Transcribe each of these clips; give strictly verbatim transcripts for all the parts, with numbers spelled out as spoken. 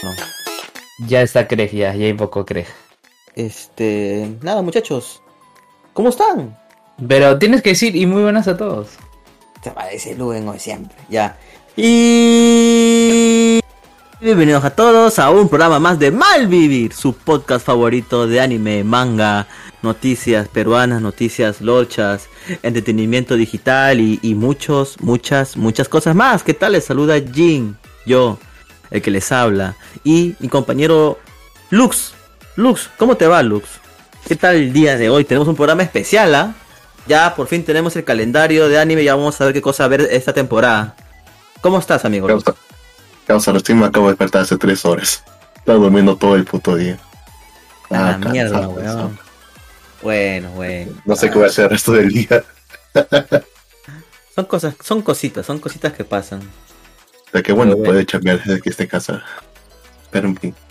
No. Ya está Craig, ya, ya invocó Craig. Este, nada muchachos, ¿cómo están? Pero tienes que decir, y muy buenas a todos. Se parece Luen hoy siempre, ya. Y bienvenidos a todos a un programa más de Malvivir, su podcast favorito de anime, manga, noticias peruanas, noticias lochas, entretenimiento digital y, y muchos, muchas, muchas cosas más. ¿Qué tal? Les saluda Jin, yo, el que les habla, y mi compañero Lux. Lux, ¿cómo te va, Lux? ¿Qué tal el día de hoy? Tenemos un programa especial, ¿ah? ¿eh? Ya por fin tenemos el calendario de anime, ya vamos a ver qué cosa ver esta temporada. ¿Cómo estás, amigo? Causa, causa, recién me acabo de despertar hace tres horas. Estaba durmiendo todo el puto día. Ah, ah mierda, cansado, weón. Bueno, bueno. No sé ah. qué voy a hacer el resto del día. Son cosas, son cositas, son cositas que pasan. O sea que bueno, bueno. puede chambear desde que esté en casa. Pero en fin.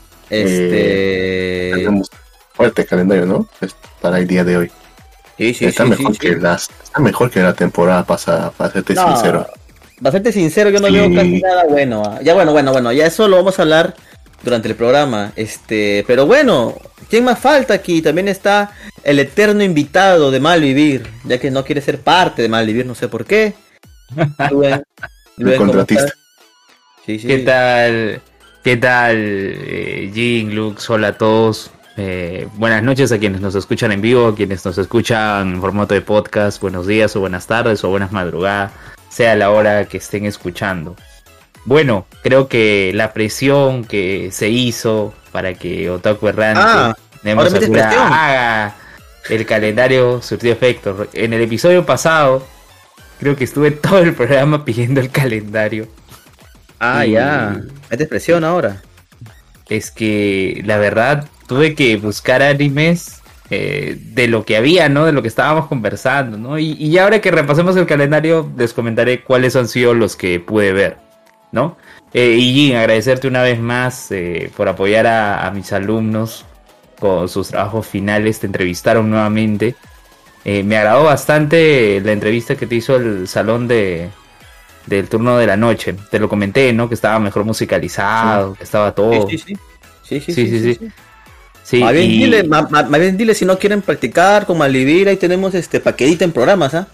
Este... Eh, tenemos fuerte calendario, ¿no? Para el día de hoy. Sí, sí, está sí, mejor sí, que sí. Las, está mejor que la temporada pasada, para serte no, sincero. Para serte sincero, yo no sí. veo casi nada bueno. ¿eh? Ya bueno, bueno, bueno, ya eso lo vamos a hablar durante el programa. Este, pero bueno, ¿quién más falta aquí? También está el eterno invitado de Malvivir, ya que no quiere ser parte de Malvivir, no sé por qué. Luen, Luen, el contratista. Sí, sí. ¿Qué tal? ¿Qué tal, eh, Jin, Lux? Hola a todos. Eh, buenas noches a quienes nos escuchan en vivo, a quienes nos escuchan en formato de podcast. Buenos días o buenas tardes o buenas madrugadas, sea la hora que estén escuchando. Bueno, creo que la presión que se hizo para que Otaku Errante ah, haga el calendario surtió efecto. En el episodio pasado, creo que estuve todo el programa pidiendo el calendario. Ah, y... ya. ¿Metes presión ahora? Es que la verdad tuve que buscar animes eh, de lo que había, ¿no? De lo que estábamos conversando, ¿no? Y, y ahora que repasemos el calendario, les comentaré cuáles han sido los que pude ver, ¿no? Eh, y Jin, agradecerte una vez más eh, por apoyar a, a mis alumnos con sus trabajos finales. Te entrevistaron nuevamente. Eh, me agradó bastante la entrevista que te hizo el salón de... del turno de la noche. Te lo comenté, ¿no? Que estaba mejor musicalizado, sí. que estaba todo. Sí, sí, sí. Sí, sí, sí, sí, sí, sí. sí. sí más, bien y... dile, más, más bien dile si no quieren practicar con Malvivir, ahí tenemos este paquetito en programas, ¿ah?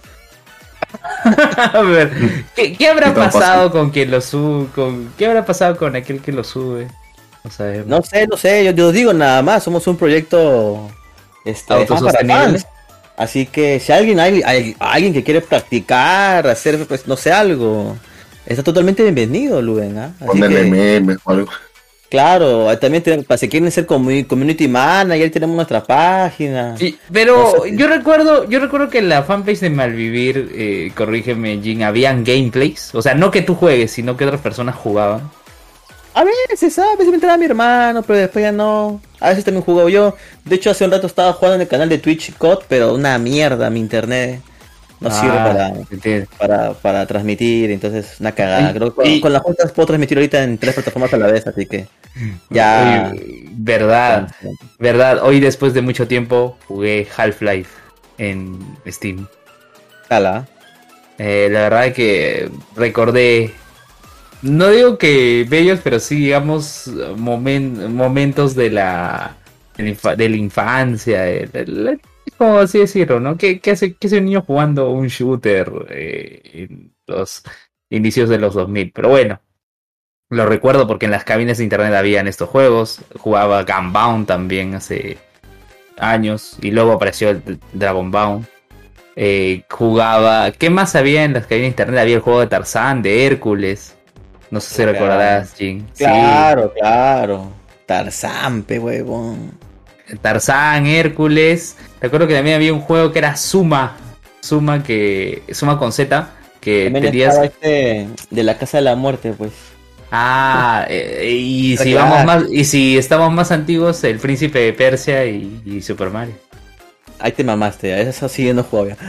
¿eh? A ver, ¿qué, qué habrá pasado con quien lo sube? Con... ¿Qué habrá pasado con aquel que lo sube? No sabemos. No sé, no sé, yo, yo digo nada más, somos un proyecto este, autosostenible. Así que si alguien hay, hay alguien que quiere practicar, hacer, pues, no sé, algo, está totalmente bienvenido, Luen, ¿ah? ¿eh? Ponerle memes o algo. Claro, también tenemos, para si quieren ser community manager, tenemos nuestra página. Sí, pero no sé. yo recuerdo, yo recuerdo que en la fanpage de Malvivir, eh, corrígeme, Jin, habían gameplays, o sea, no que tú juegues, sino que otras personas jugaban. A veces, a veces me entraba mi hermano, pero después ya no. A veces también jugaba yo. De hecho, hace un rato estaba jugando en el canal de Twitch C O D, pero una mierda mi internet. No ah, sirve para, para, para transmitir, entonces una cagada. Creo que con, y... con las juntas puedo transmitir ahorita en tres plataformas a la vez, así que ya. Oye, verdad, verdad. Hoy después de mucho tiempo jugué Half-Life en Steam. Jala. Eh, la verdad que recordé, no digo que bellos, pero sí, digamos, moment, momentos de la, de la, infa, de la infancia, de, de la, como así decirlo, ¿no? ¿Qué, qué, hace, qué hace un niño jugando un shooter eh, en los inicios de los dos mil? Pero bueno, lo recuerdo porque en las cabinas de internet habían estos juegos. Jugaba Gunbound también hace años y luego apareció el Dragonbound. Eh, jugaba... ¿Qué más había en las cabinas de internet? Había el juego de Tarzán, de Hércules. No sé si claro. recordarás, Jin. Claro, sí. claro. Tarzán, pe huevón. Tarzán, Hércules. Recuerdo que también había un juego que era Suma. Suma que. Suma con Z. Que también tenías. Este de la Casa de la Muerte, pues. Ah, eh, y si claro. vamos más. Y si estamos más antiguos, el Príncipe de Persia y, y Super Mario. Ahí te mamaste, ya. Esa sí no juego ya.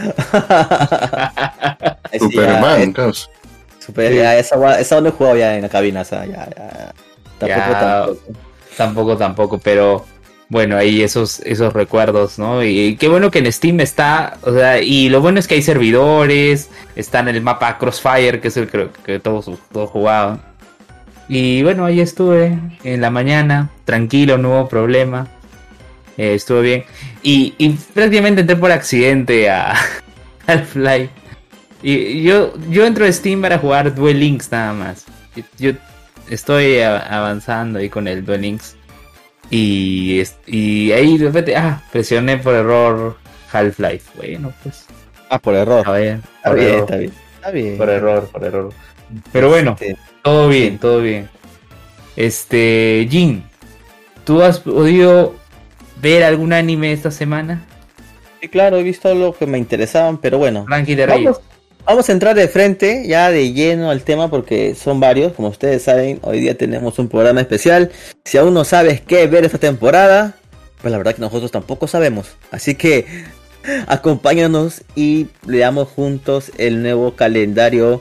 Superman, claro. Super, sí. ya, esa, esa no he jugado ya en la cabina, o sea, ya, ya. Tampoco, ya, tampoco. Tampoco, tampoco, pero bueno, ahí esos, esos recuerdos, ¿no? Y qué bueno que en Steam está, o sea, y lo bueno es que hay servidores, está en el mapa Crossfire, que es el que, que todos, todos jugaban. Y bueno, ahí estuve en la mañana, tranquilo, no hubo problema. Eh, estuvo bien. Y, y prácticamente entré por accidente a Half-Life. Y yo, yo entro a Steam para jugar Duel Links nada más. Yo estoy a, avanzando ahí con el Duel Links. Y, y ahí de repente, ah, presioné por error Half-Life. Bueno, pues. Ah, por error. A ver, Está por bien, error. está bien. Está bien. Por error, por error. Pero bueno, Este, todo bien, todo bien. Este, Jin, ¿tú has podido ver algún anime esta semana? sí, claro, he visto lo que me interesaban, pero bueno. Ranking de Reyes. Vamos, vamos a entrar de frente, ya de lleno al tema, porque son varios. Como ustedes saben, hoy día tenemos un programa especial. Si aún no sabes qué ver esta temporada, pues la verdad que nosotros tampoco sabemos. Así que acompáñanos y leamos juntos el nuevo calendario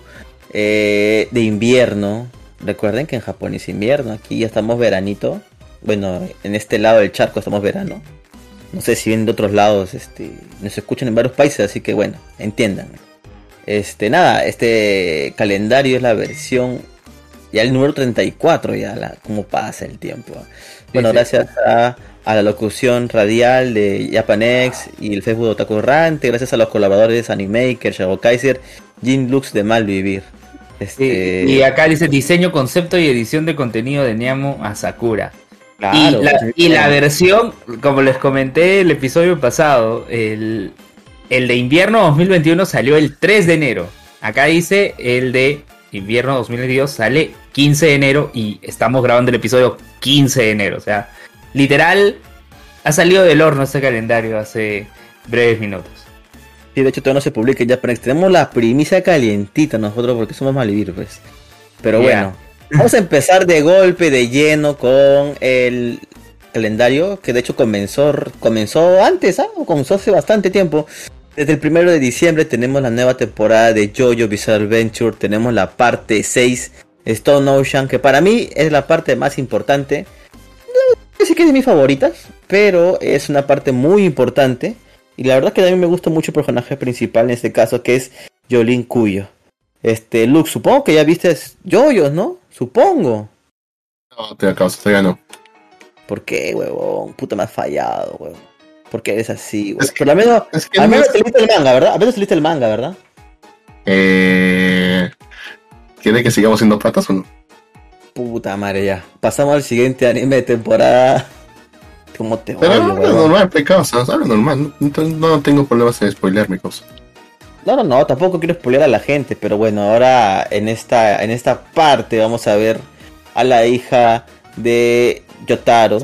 eh, de invierno. Recuerden que en Japón es invierno, aquí ya estamos veranito. Bueno, en este lado del charco estamos verano. No sé si vienen de otros lados, este, nos escuchan en varios países, así que bueno, entiendan. Este, nada, este calendario es la versión, ya el número treinta y cuatro, ya la, cómo pasa el tiempo. Bueno, sí. gracias a, a la locución radial de Japanex y el Facebook de Otaku Errante, gracias a los colaboradores Animaker, Shadow Kaiser, Jin Lux de Malvivir. Este... Y, y acá dice diseño, concepto y edición de contenido de Niamo a Sakura. Claro, y, la, sí, y la claro. versión, como les comenté el episodio pasado, el, el de invierno dos mil veintiuno salió el tres de enero. Acá dice el de invierno dos mil veintidós sale quince de enero y estamos grabando el episodio quince de enero. O sea, literal, ha salido del horno este calendario hace breves minutos. Sí, de hecho todavía no se publica en Japanex. Tenemos la primicia calientita nosotros porque somos Malvivir, pues. Pero Yeah. bueno, vamos a empezar de golpe, de lleno, con el calendario que de hecho comenzó comenzó antes, ¿ah? Comenzó hace bastante tiempo. Desde el primero de diciembre tenemos la nueva temporada de JoJo Bizarre Adventure. Tenemos la parte seis, Stone Ocean, que para mí es la parte más importante. No sé que es de mis favoritas, pero es una parte muy importante. Y la verdad que a mí me gusta mucho el personaje principal en este caso, que es Yolin Kuyo. Este, Luke, supongo que ya viste JoJo, ¿no? Supongo. No, te acabo, todavía no. ¿Por qué, huevón? Puta, me has fallado, huevón. ¿Por qué eres así, huevón? Es que- Pero al menos, es que al no menos es- te leíste el manga, ¿verdad? Al menos te leíste el manga, ¿verdad? Eh... ¿Quiere que sigamos siendo patas o no? Puta madre, ya. Pasamos al siguiente anime de temporada. ¿Cómo te Pero odio, no, es huevón? normal, pecado, es algo normal. No, no, no tengo problemas en spoilear mi cosa. No, no, no, tampoco quiero spoilear a la gente, pero bueno, ahora en esta, en esta parte vamos a ver a la hija de Yotaro,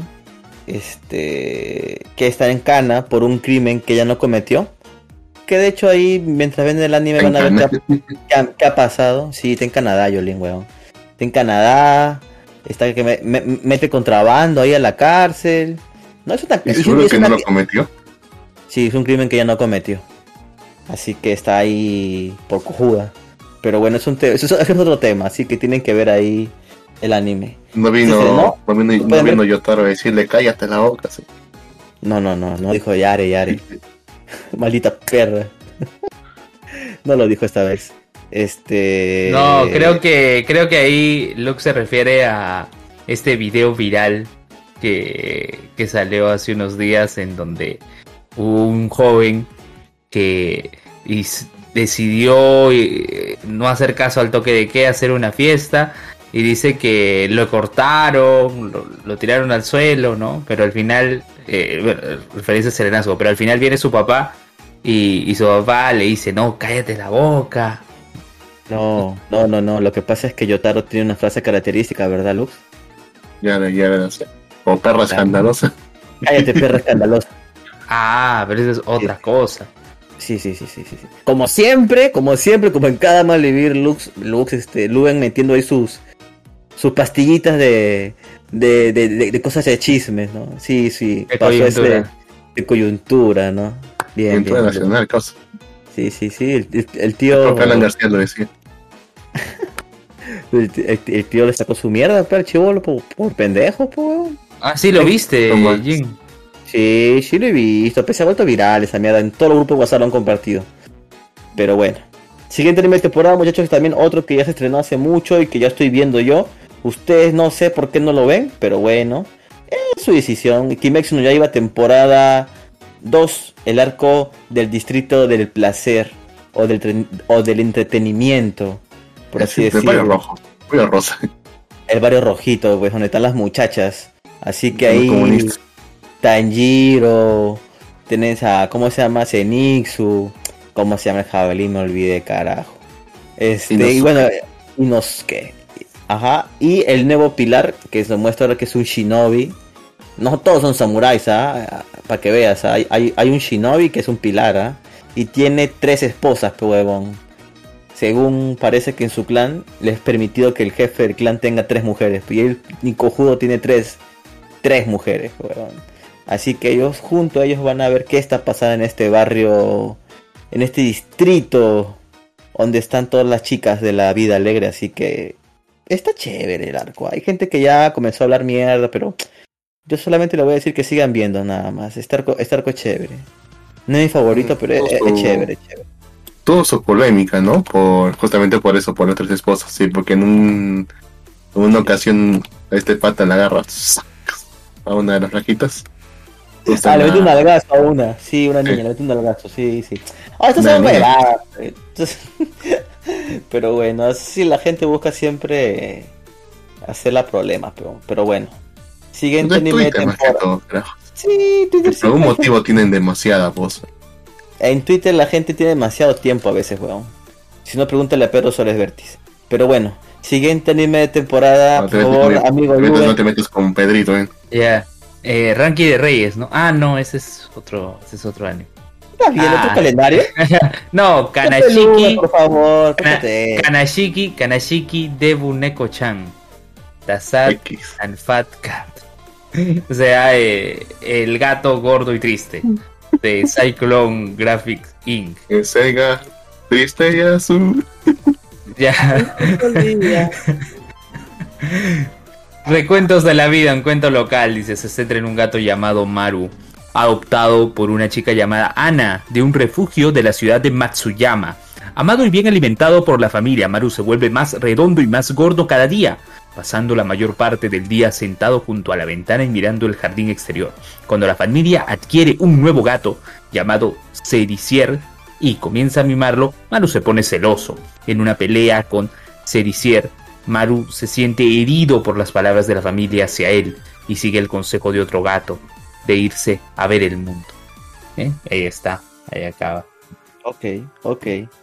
este, que está en cana por un crimen que ella no cometió. Que de hecho ahí, mientras ven el anime, van a ver qué ha, qué ha- qué ha pasado. Sí, está en Canadá, Yolin, weón. Está en Canadá, está que me, me- mete contrabando ahí a la cárcel. No, es una, ¿Y es- seguro es que una- no lo cometió? Sí, es un crimen que ella no cometió. Así que está ahí por cojuda. Pero bueno, es un te- eso es, es otro tema, así que tienen que ver ahí el anime. No ¿Se vino, estrenó? no vino, no ¿Pueden vino ver? Yotaro a decirle cállate la boca. Sí. No, no, no, no dijo Yare, Yare. Maldita perra. No lo dijo esta vez. Este... No, creo que creo que ahí Luke se refiere a este video viral que, que salió hace unos días en donde hubo un joven que is- decidió eh, no hacer caso al toque de queda, hacer una fiesta y dice que lo cortaron, lo, lo tiraron al suelo, ¿no? Pero al final, eh, bueno, referencia a Serenazgo, pero al final viene su papá y, y su papá le dice, no, cállate la boca. No, no, no, no. Lo que pasa es que Yotaro tiene una frase característica, ¿verdad, Lux? Ya, ya verás. O perra escandalosa. Cállate, perra escandalosa. Ah, pero eso es otra cosa. Sí, sí, sí, sí, sí, sí. Como siempre, como siempre, como en cada Malvivir, Lux, Lux, este, Luven metiendo ahí sus sus pastillitas de de, de, de, de cosas de chismes, ¿no? Sí, sí. De pasó ese coyuntura. de coyuntura, ¿no? Bien, Coyuntura bien. nacional, cosa. Sí, sí, sí. El, el- el tío, Creo que Alan García lo decía. el, el- el tío le sacó su mierda, pero chivolo, por, por pendejo, pues, weón. Ah, sí, lo viste, ¿Cómo es? Jin. Sí, sí lo he visto, pero se ha vuelto viral esa mierda, en todos los grupos de WhatsApp lo han compartido. Pero bueno. Siguiente anime de temporada, muchachos, también otro que ya se estrenó hace mucho y que ya estoy viendo yo. Ustedes no sé por qué no lo ven, pero bueno, es su decisión. Kimetsu no Yaiba temporada dos, el arco del distrito del placer o del, tre- o del entretenimiento, por así El barrio decirlo. rojo, barrio rosa. El barrio rojito, pues donde están las muchachas. Así que Los ahí comunistas. Tanjiro, tenés a, ¿cómo se llama? Zenitsu, ¿cómo se llama el jabalí? Me olvidé, carajo. Este, Inosuke. y bueno, Inosuke. Ajá, y el nuevo pilar, que se muestra ahora que es un shinobi. No todos son samuráis, ¿ah? Para que veas, ¿ah? hay, hay, hay un shinobi que es un pilar, ¿ah? Y tiene tres esposas, pe huevón. Según parece que en su clan les es permitido que el jefe del clan tenga tres mujeres. Y el Nikojudo tiene tres, tres mujeres, huevón. Así que ellos, junto a ellos, van a ver qué está pasando en este barrio, en este distrito, donde están todas las chicas de la vida alegre. Así que está chévere el arco. Hay gente que ya comenzó a hablar mierda, pero yo solamente le voy a decir que sigan viendo nada más. Este arco, este arco es chévere. No es mi favorito, pero es, es chévere, es chévere. Tuvo su polémica, ¿no? Por, justamente por eso, por las tres esposas, sí, porque en, un, en una ocasión este pata la agarra a una de las rajitas. Ah, le metió un algazo a una, sí, una niña, Sí. le metió un algazo, sí, sí. Ah, estas Una son niña. huevadas, pues. Entonces, pero bueno, así la gente busca siempre hacerla problemas, pero, pero bueno. Siguiente De anime de Twitter más que temporada. todo, carajo. Sí, Twitter Por algún siempre hay motivo tienen demasiada voz. gente- En Twitter la gente tiene demasiado tiempo a veces, weón. Si no, pregúntale a Pedro Soles Vértiz. Pero bueno, siguiente anime de temporada, No por te metes, favor, con- amigo mientras no Lube. te metes con Pedrito, ¿eh? Ya. Eh, Ranky de Reyes, ¿no? Ah, no, ese es otro, ese es otro anime. ¿Estás viendo Ah. tu calendario? No, Lube, Kanashiki, por favor, Kana- pórtate. Kanashiki, Kanashiki Debu Neko-chan. The Sad X. and Fat Cat. O sea, eh, el gato gordo y triste. De Cyclone Graphics incorporated. Eh, Sega, triste y azul. Ya. Recuentos de la vida, un cuento local, dice, se centra en un gato llamado Maru, adoptado por una chica llamada Ana, de un refugio de la ciudad de Matsuyama. Amado y bien alimentado por la familia, Maru se vuelve más redondo y más gordo cada día, pasando la mayor parte del día sentado junto a la ventana y mirando el jardín exterior. Cuando la familia adquiere un nuevo gato, llamado Cerisier, y comienza a mimarlo, Maru se pone celoso. En una pelea con Cerisier, Maru se siente herido por las palabras de la familia hacia él y sigue el consejo de otro gato de irse a ver el mundo. ¿Eh? Ahí está, ahí acaba. Ok, ok.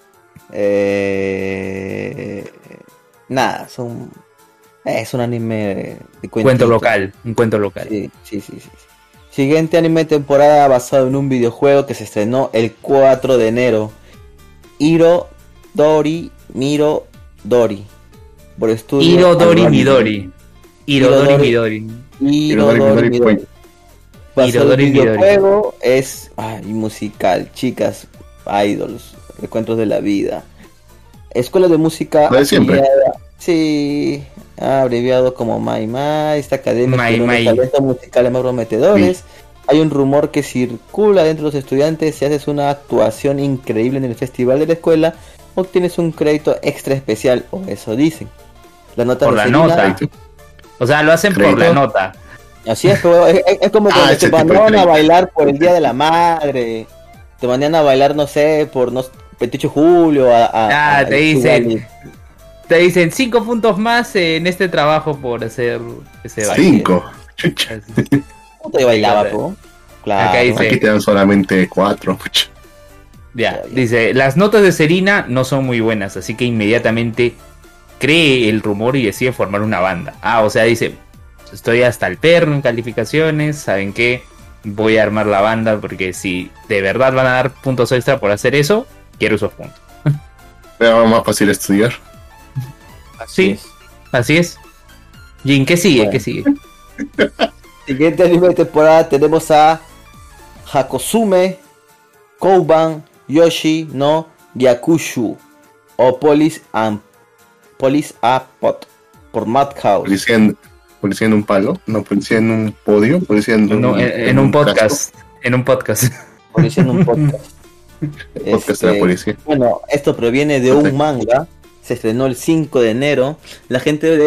Eh... Nada, son... Es un anime de Cuento cuentitos. local, un cuento local. Sí, sí, sí, sí, sí. Siguiente anime de temporada basado en un videojuego que se estrenó el cuatro de enero. Hiro Dori Miro Dori. Por estudio Irodori Albany. Midori. Irodori Irodori- Midori. Hirodori Hirodori Midori. Midori. Basado en Hirodori Midori. videojuego es ay, musical, chicas, idols, recuentos de la vida. Escuela de música. Lo de siempre. abreviada- Sí, abreviado como Mai Mai, esta academia Mai tiene unos Mai. talentos musicales más prometedores. Hay un rumor que circula dentro de los estudiantes: si haces una actuación increíble en el festival de la escuela, obtienes un crédito extra especial, o eso dicen. La nota Por de la Selena- nota. O sea, lo hacen por ¿Crédito? la nota. Así es, pero es, es- es como Ah, cuando ese te tipo de mandaban a crédito. bailar por el Día de la Madre. Te mandaban a bailar, no sé, por no, veintiocho de julio. A, a- Ah, a- te a- dicen, te dicen cinco puntos más en este trabajo por hacer ese baile. Cinco. Chucha. ¿Cómo te bailaba, po? Claro. Acá dice- Aquí te dan solamente cuatro. Chucha. Ya, dice, las notas de Serena no son muy buenas, así que inmediatamente cree el rumor y decide formar una banda. Ah, o sea, dice, estoy hasta el perro en calificaciones, ¿saben qué? Voy a armar la banda porque si de verdad van a dar puntos extra por hacer eso, quiero esos puntos. Era más fácil estudiar. Sí, es. así es. Jin, ¿qué sigue? Bueno. ¿Qué sigue? Siguiente anime de temporada tenemos a Hakosume Kouban Yoshi no Yakushu o Police and Police a Pot por Madhouse. Policía en, policía en un palo. No, policía en un podio. Policía en, No, un, en, en un casco. podcast. En un podcast. Policía en un podcast. El podcast de la Este, policía. Bueno, esto proviene de Ok. un manga. Se estrenó el cinco de enero. La gente de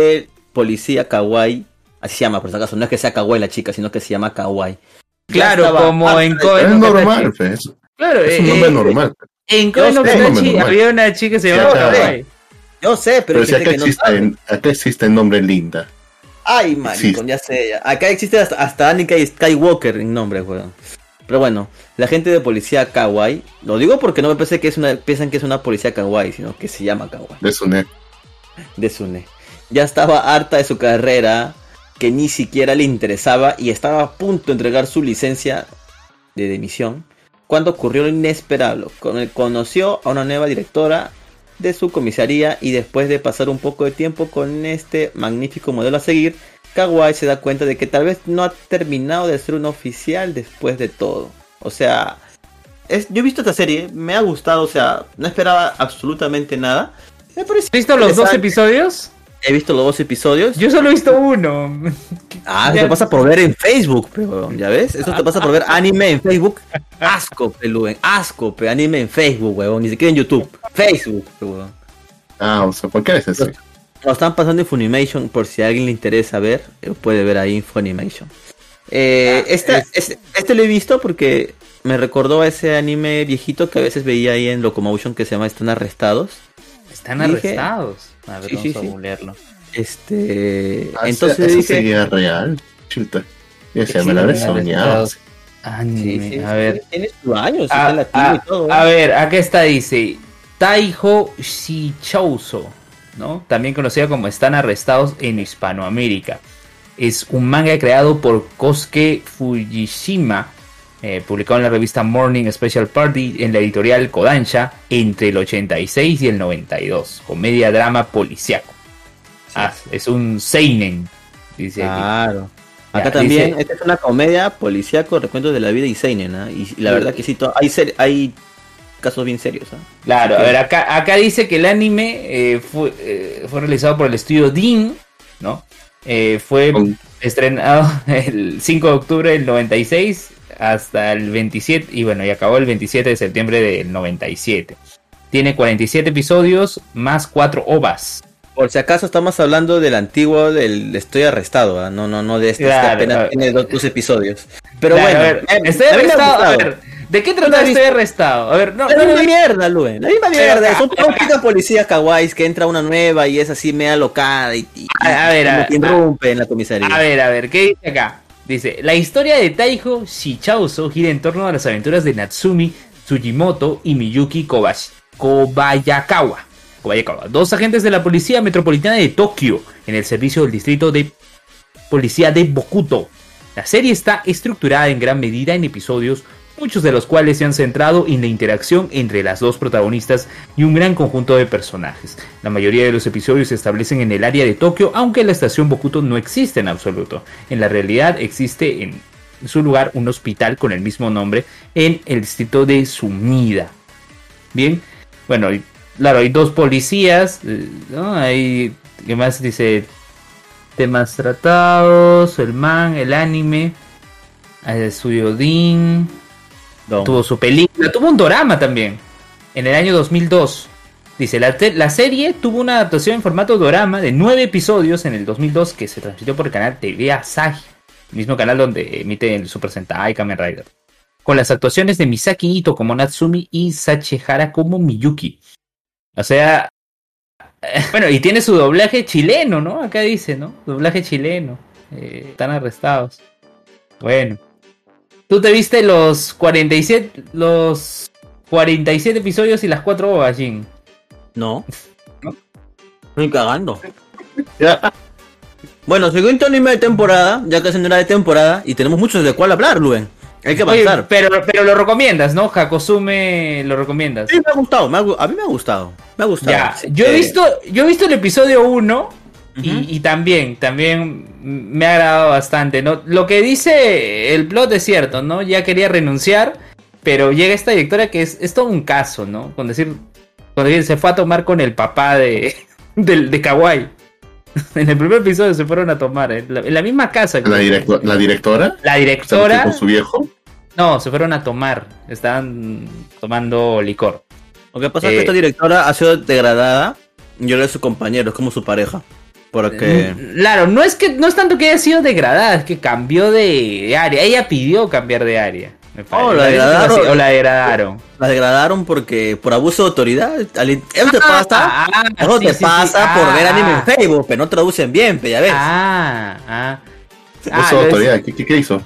policía kawaii, así se llama por si acaso, no es que sea kawaii la chica, sino que se llama kawaii. Claro, estaba como harta en de- Koe Es no normal, Katachi. pues. Claro, Es un eh, nombre eh, normal. en Koe no Yo sé, es un nombre Katachi normal. había una chica que se llamaba Sí, acá- Kawaii. Yo sé, pero, Pero hay si gente acá que no existe, sabe. acá existe el nombre Linda. Ay, maricón, ya sé. Ya. Acá existe hasta, hasta Anakin Skywalker en nombre, weón. Pero bueno, la gente de policía kawaii, lo digo porque no me parece que es una, piensan que es una policía kawaii, sino que se llama kawaii. De su net. De Sune. Ya estaba harta de su carrera, que ni siquiera le interesaba y estaba a punto de entregar su licencia de demisión cuando ocurrió lo inesperable. Con- Conoció a una nueva directora de su comisaría y después de pasar un poco de tiempo con este magnífico modelo a seguir, Kawaii se da cuenta de que tal vez no ha terminado de ser un oficial después de todo. O sea, es, yo he visto esta serie, me ha gustado, o sea, no esperaba absolutamente nada. Me parece ¿Has visto los dos interesante. episodios? He visto los dos episodios. Yo solo he visto uno. Ah, Ya- eso te pasa por ver en Facebook, pero ya ves, eso te pasa por ver anime en Facebook. Asco, peluen, asco, pe, anime en Facebook, huevón, ni siquiera en YouTube. Facebook, pe, huevón. Ah, o sea, ¿por qué es así? Lo están pasando en Funimation, por si a alguien le interesa ver, eh, puede ver ahí en Funimation. Eh, Ah, esta- es- este, este lo he visto porque me recordó a ese anime viejito que a veces veía ahí en Locomotion que se llama Están Arrestados. Están Dije- arrestados. A ver, Sí, vamos sí, a sí. googlearlo. Este, Ah, entonces ¿eso dije, sería real? Chuta. Ya se Sí, me la habré están soñado. arrestados. sí, Anime, sí, a sí, ver. tiene sus años, Ah, está en latino ah, y todo. a ver, acá está, dice Taiho Shichouso, ¿no? También conocida como Están arrestados en Hispanoamérica. Es un manga creado por Kosuke Fujishima, eh, publicado en la revista Morning Special Party en la editorial Kodansha entre el ochenta y seis y el noventa y dos. Comedia, drama, policiaco. Ah, es un seinen, dice aquí. Claro. Ya, Acá también, dice- esta es una comedia policíaco, recuentos de la vida y seinen, ¿ah? Y la verdad que sí, to- hay, ser- hay casos bien serios, ¿ah? Claro, Ok. a ver, acá, acá dice que el anime eh, fue, eh, fue realizado por el estudio Dean, ¿no? Eh, fue Con- estrenado el cinco de octubre del noventa y seis hasta el veintisiete, y bueno, y acabó el veintisiete de septiembre del noventa y siete. Tiene cuarenta y siete episodios más cuatro ovas. Por si acaso estamos hablando del antiguo del Estoy arrestado, ¿ah? No, no, no de este, este Claro, apenas claro. tiene dos, dos episodios. Pero Claro, bueno, a ver, eh, estoy a mí me ha arrestado. A gustado. ver, ¿de qué ¿No trata la Estoy viste? arrestado? A ver, no, La no lo misma vi. mierda, Luen, la misma Pero mierda. acá- Son son pocas policías kawaiis que entra una nueva y es así media locada y, y- A- a ver, como a- que irrumpe en la comisaría. A ver, a ver, ¿qué dice acá? Dice, la historia de Taiho Shichouso gira en torno a las aventuras de Natsumi Tsujimoto y Miyuki Kobashi, Kobayakawa. Kobayakawa, dos agentes de la Policía Metropolitana de Tokio en el servicio del distrito de Policía de Bokuto. La serie está estructurada en gran medida en episodios, muchos de los cuales se han centrado en la interacción entre las dos protagonistas y un gran conjunto de personajes. La mayoría de los episodios se establecen en el área de Tokio, aunque la estación Bokuto no existe en absoluto. En la realidad existe en su lugar un hospital con el mismo nombre en el distrito de Sumida. Bien, bueno, y, claro, hay dos policías, eh, ¿no? Hay, ¿qué más dice? Temas tratados, el man, el anime, el estudio Dean, Don. tuvo su película, tuvo un dorama también, en el año dos mil dos. Dice, la, te- la serie tuvo una adaptación en formato dorama de nueve episodios en el dos mil dos que se transmitió por el canal T V Asahi, el mismo canal donde emite el Super Sentai Kamen Rider, con las actuaciones de Misaki Ito como Natsumi y Sachihara como Miyuki. O sea, bueno, y tiene su doblaje chileno, ¿no? Acá dice, ¿no? Doblaje chileno. Eh, están arrestados. Bueno. ¿Tú te viste los cuarenta y siete, los cuarenta y siete episodios y las cuatro ovas, Jin? No. ¿No? Estoy cagando. Bueno, siguiente anime de temporada, ya que es una de temporada, y tenemos muchos de cuál hablar, Luen. Hay que Oye, avanzar. pero, pero lo recomiendas, ¿no? Hakosume lo recomiendas. Sí, me ha gustado, me ha gu- a mí me ha gustado. Me ha gustado. Ya, Sí, yo he eh, visto, yo he visto el episodio uno y, Ujú. y también, también me ha agradado bastante, ¿no? Lo que dice el plot es cierto, ¿no? Ya quería renunciar, pero llega esta directora que es, es todo un caso, ¿no? Con decir, con decir, se fue a tomar con el papá de, de, de Kawaii. En el primer episodio se fueron a tomar, en la, en la misma casa. La, directo- la directora. La ¿Está directora, con su viejo? no, se fueron a tomar, estaban tomando licor. Lo que pasa es Eh, que esta directora ha sido degradada y ahora es su compañero, es como su pareja. Porque... Claro, no es que no es tanto que haya sido degradada, es que cambió de, de área. Ella pidió cambiar de área. Me Oh, parece. la degradaron. O la degradaron. La degradaron porque por abuso de autoridad. al- Eso te Ah, pasa, ah, eso sí, te sí, sí. pasa Ah, por ver anime ah. en Facebook, pero no traducen bien, pe, ya ves. Ah, ah. Ah, Uso lo de es- autoridad, ¿qué, qué, qué hizo?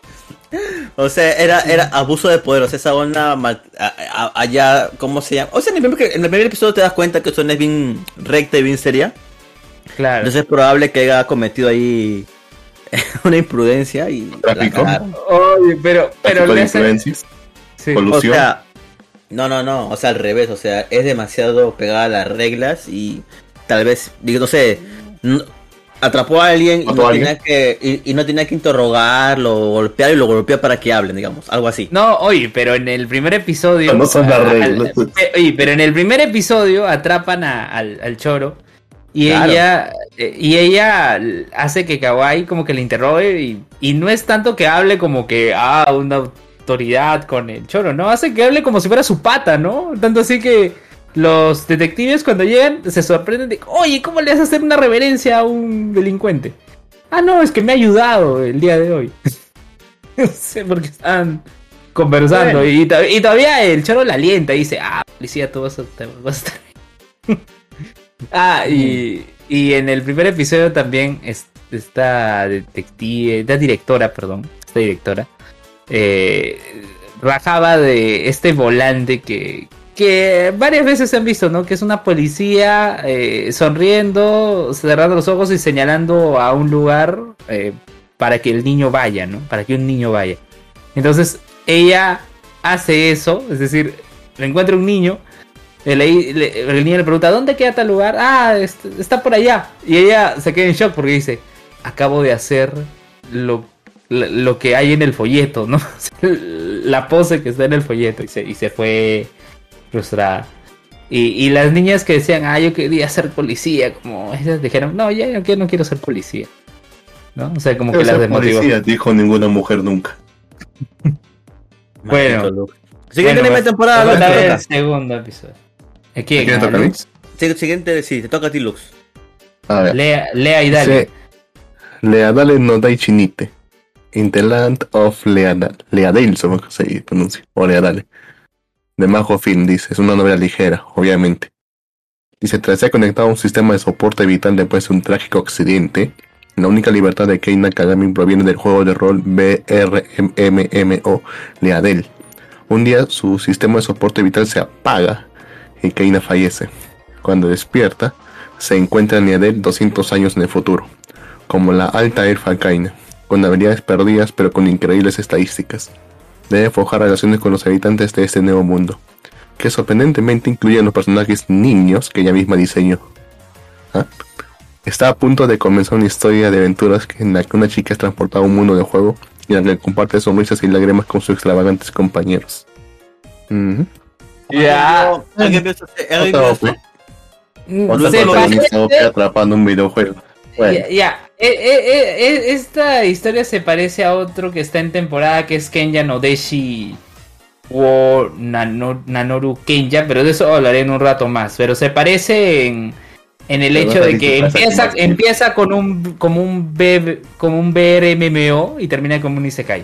O sea, era, era abuso de poder, o sea, esa onda mal- a- a- allá, ¿cómo se llama? O sea, en el, primer, en el primer episodio te das cuenta que Sona es bien recta y bien seria. Claro. Entonces es probable que haya cometido ahí una imprudencia y la Tráfico. cagaron. Oye, pero, pero Tráfico de le hace- influencias, sí. O colusión. sea, no, no, no, o sea, al revés, o sea, es demasiado pegada a las reglas y tal vez, digo, no sé, no- atrapó a alguien y ¿Mató no, a tenía que, y, y no tenía que interrogarlo o golpear y lo golpea para que hablen, digamos, algo así. No, oye, pero en el primer episodio. No son las a- al- reglas. pe- oye, pero en el primer episodio atrapan a- al, al choro. Y Claro. ella eh, y ella hace que Kawaii como que le interrogue. Y, y no es tanto que hable como que, ah, una autoridad con el choro, ¿no? Hace que hable como si fuera su pata, ¿no? Tanto así que los detectives cuando llegan se sorprenden de, oye, ¿cómo le vas a hacer una reverencia a un delincuente? Ah, no, es que me ha ayudado el día de hoy. No sé por qué están conversando. Bueno. Y, to- y todavía el choro la alienta y dice, ah, policía, tú vas a, te- vas a estar bien". Ah, y, y en el primer episodio también es- esta detective, esta directora, perdón, esta directora, eh, rajaba de este volante que, que varias veces se han visto, ¿no? Que es una policía eh, sonriendo, cerrando los ojos y señalando a un lugar eh, para que el niño vaya, ¿no? Para que un niño vaya. Entonces ella hace eso, es decir, le encuentra un niño, le- le- el niño le pregunta, ¿dónde queda tal lugar? Ah, est- está por allá. Y ella se queda en shock porque dice, acabo de hacer lo, lo, lo que hay en el folleto, ¿no? La pose que está en el folleto y se, y se fue frustrada. Y, y las niñas que decían, ah, yo quería ser policía, como ellas dijeron, no, ya yo que no quiero ser policía. ¿No? O sea, como que Quiero las ser desmotivó. policía, dijo ninguna mujer nunca. Bueno. Maldito Luke. Siguiente Bueno, anime de temporada, vamos Lux, a te ver el toca. segundo episodio. ¿A ¿A quién? quién le ¿A toca a mí? Lux? Sí, siguiente, sí, te toca a ti, Lux. A ver. Lea, lea y dale. Dice, Leadale no Daichinite. In the land of Leadale. Leadale, supongo que se pronuncia. O Leadale. De Majo Film, dice. Es una novela ligera, obviamente. Dice, tras ser conectado a un sistema de soporte vital después de un trágico accidente, la única libertad de Kei Nakagami proviene del juego de rol B R M M O Leadale. Un día su sistema de soporte vital se apaga y Keina fallece. Cuando despierta, se encuentra en Leadale doscientos años en el futuro, como la alta elfa Kaina, con habilidades perdidas pero con increíbles estadísticas. Debe forjar relaciones con los habitantes de este nuevo mundo, que sorprendentemente incluye a los personajes niños que ella misma diseñó. ¿Ah? Está a punto de comenzar una historia de aventuras en la que una chica es transportada a un mundo de juego y en la que comparte sonrisas y lágrimas con sus extravagantes compañeros. Ujú. Ya. ¿Alguien vio eso? ¿Alguien vio Otro, eso? pues, Mm, otro se protagonista parece- atrapando un videojuego. Bueno, Ya, ya. Eh, eh, eh, eh, esta historia se parece a otro que está en temporada, que es Kenya no Deshi wo Nano- Nanoru Kenya, pero de eso hablaré en un rato más. Pero se parece en, en el Pero hecho vas a de que decir, vas a empieza, decir. empieza con un como un B, como un B R M M O y termina como un Isekai.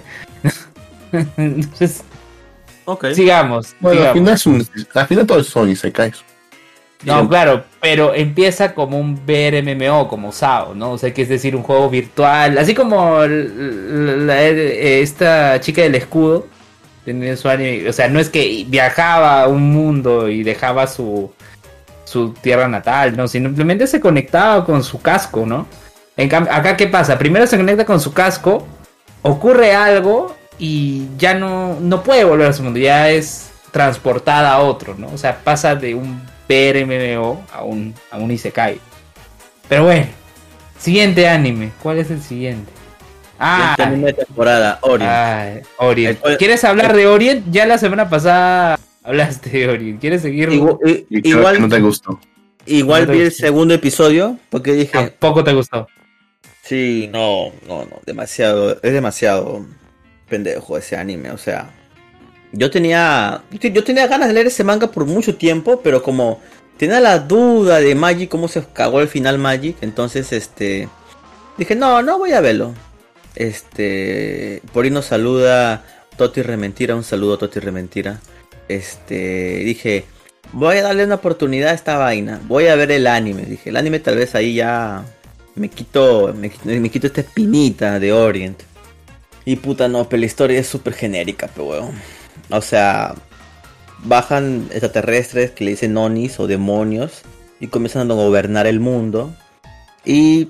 Entonces, Ok. sigamos. bueno al, sigamos. final es un- al final todos son isekais. No, claro, pero empieza como un B R M M O, como S A O, ¿no? O sea, que es decir, un juego virtual, así como l- la- eh, esta chica del escudo, tenía su anime, o sea, no es que viajaba a un mundo y dejaba su, su tierra natal, ¿no? Simplemente se conectaba con su casco, ¿no? En cambio, acá, ¿qué pasa? Primero se conecta con su casco, ocurre algo y ya no, no puede volver a su mundo, ya es transportada a otro, ¿no? O sea, pasa de un B R M M O a un, a un Isekai. Pero bueno, siguiente anime. ¿Cuál es el siguiente? Ah, Siguiente anime de temporada, Ori. ay, Orient. El- ¿Quieres hablar de Orient? Ya la semana pasada hablaste de Orient. ¿Quieres seguir? Igual, i- Y creo igual, que no te gustó. igual no te vi el gustó. segundo episodio porque dije, Tampoco te gustó. sí, no, no, no, demasiado, es demasiado pendejo ese anime, o sea, yo tenía, yo tenía ganas de leer ese manga por mucho tiempo, pero como tenía la duda de Magic, cómo se cagó el final Magic. Entonces, este... dije, no, no voy a verlo. Este... Por ahí nos saluda Toti Rementira. Un saludo a Toti Rementira. Este... Dije, voy a darle una oportunidad a esta vaina. Voy a ver el anime. Dije, el anime tal vez ahí ya... Me quito... Me, me quito esta espinita de Orient. Y puta no, pero la historia es súper genérica, pero weón. O sea... Bajan extraterrestres que le dicen onis o demonios y comienzan a gobernar el mundo. Y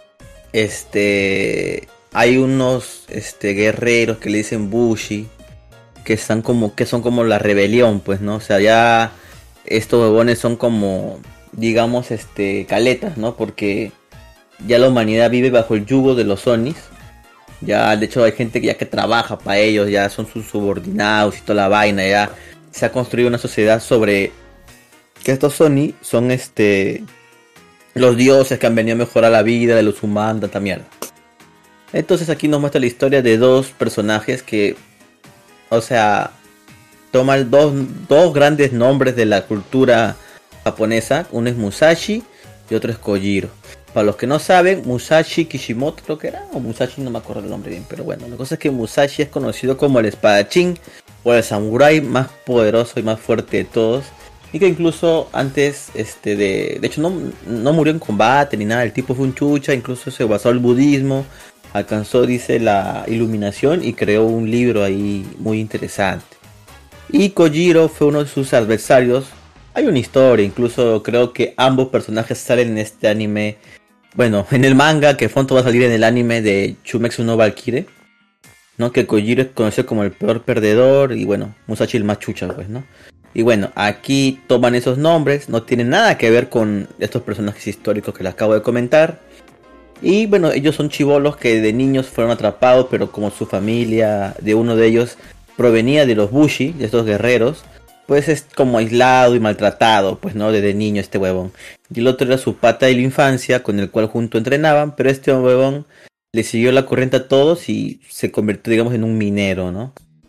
este hay unos este guerreros que le dicen Bushi, que están como que son como la rebelión, pues, ¿no? O sea, ya estos huevones son como, digamos, este caletas, ¿no? Porque ya la humanidad vive bajo el yugo de los onis. Ya, de hecho, hay gente que ya que trabaja para ellos, ya son sus subordinados y toda la vaina, ya se ha construido una sociedad sobre que estos Oni son este los dioses que han venido a mejorar la vida de los humanos, tanta mierda. Entonces aquí nos muestra la historia de dos personajes que, o sea, toman dos, dos grandes nombres de la cultura japonesa. Uno es Musashi y otro es Kojiro. Para los que no saben, Musashi Kishimoto creo que era, o Musashi, no me acuerdo el nombre bien, pero bueno, la cosa es que Musashi es conocido como el espadachín o el samurái más poderoso y más fuerte de todos, y que incluso antes este de de hecho no, no murió en combate ni nada, el tipo fue un chucha, incluso se basó al budismo, alcanzó, dice, la iluminación y creó un libro ahí muy interesante. Y Kojiro fue uno de sus adversarios. Hay una historia, incluso creo que ambos personajes salen en este anime, bueno, en el manga, que pronto va a salir en el anime de Shumetsu no Valkyrie, ¿no? Que Kojiro es conocido como el peor perdedor y bueno, Musashi el más chucha, pues, ¿no? Y bueno, aquí toman esos nombres, no tienen nada que ver con estos personajes históricos que les acabo de comentar. Y bueno, ellos son chibolos que de niños fueron atrapados, pero como su familia de uno de ellos provenía de los Bushi, de estos guerreros, pues es como aislado y maltratado, pues, ¿no? Desde niño este huevón. Y el otro era su pata de la infancia, con el cual junto entrenaban, pero este huevón le siguió la corriente a todos y se convirtió, digamos, en un minero, ¿no?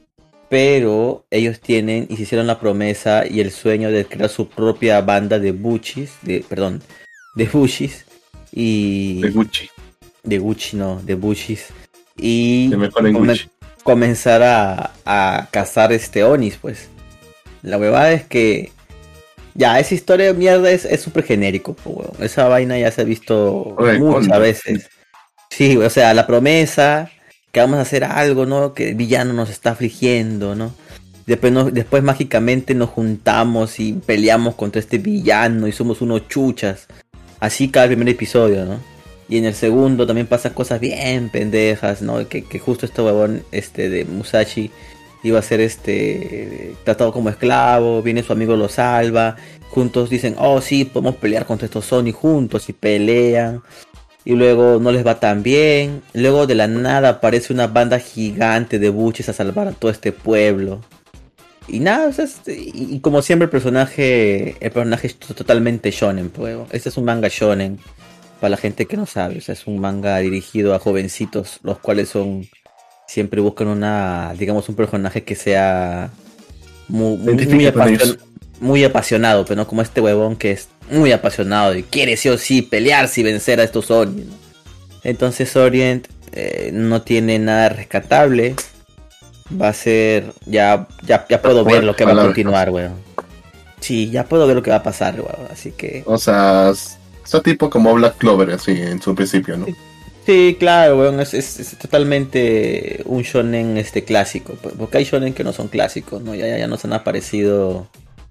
Pero ellos tienen y se hicieron la promesa y el sueño de crear su propia banda de Bushis, de, perdón, de Bushis y... De Gucci. De Gucci, no, de Bushis. Y De mejor en come- Gucci. comenzar a, a cazar este Onis, pues. La huevada es que... Ya, esa historia de mierda es súper genérico, po, weón. Esa vaina ya se ha visto Oye, muchas coño. veces. Sí, o sea, la promesa que vamos a hacer algo, ¿no? Que el villano nos está afligiendo, ¿no? Después, no- después mágicamente nos juntamos y peleamos contra este villano y somos unos chuchas. Así cada primer episodio, ¿no? Y en el segundo también pasan cosas bien pendejas, ¿no? Que, que justo este huevón este, de Musashi iba a ser este tratado como esclavo, viene su amigo, lo salva, juntos dicen, oh sí, podemos pelear contra estos Sony juntos, y pelean, y luego no les va tan bien, luego de la nada aparece una banda gigante de buches a salvar a todo este pueblo, y nada, o sea, es- y, y como siempre el personaje, el personaje es totalmente shonen, pues, este es un manga shonen, para la gente que no sabe, o sea, es un manga dirigido a jovencitos, los cuales son... Siempre buscan una, digamos, un personaje que sea muy, muy, Identifique muy con apasion- ellos. muy apasionado, pero no como este huevón que es muy apasionado y quiere sí o sí pelearse y vencer a estos Orient, ¿no? Entonces Orient eh, no tiene nada rescatable. Va a ser, ya, ya, ya puedo ver lo que va a Palabras. continuar, weón. Sí, ya puedo ver lo que va a pasar, weón. Así que... O sea, está tipo como Black Clover, así, en su principio, ¿no? Sí, claro, weón, es, es, es totalmente un shonen este clásico, pues, porque hay shonen que no son clásicos, ¿no? Ya, ya, ya nos han aparecido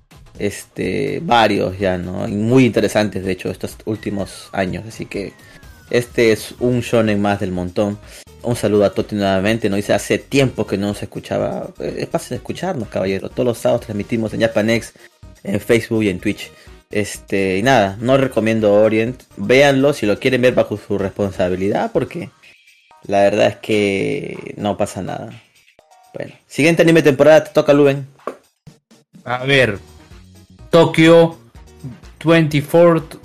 este varios ya, ¿no? Y muy interesantes, de hecho, estos últimos años, así que este es un shonen más del montón. Un saludo a Toti nuevamente, ¿no? Dice, hace tiempo que no se escuchaba, es fácil de escucharnos, caballero. Todos los sábados transmitimos en Japanex, en Facebook y en Twitch. Este, y nada, no recomiendo Orient. Véanlo si lo quieren ver bajo su responsabilidad, porque la verdad es que no pasa nada. Bueno, siguiente anime temporada, te toca, Luven. A ver, Tokyo veinticuatro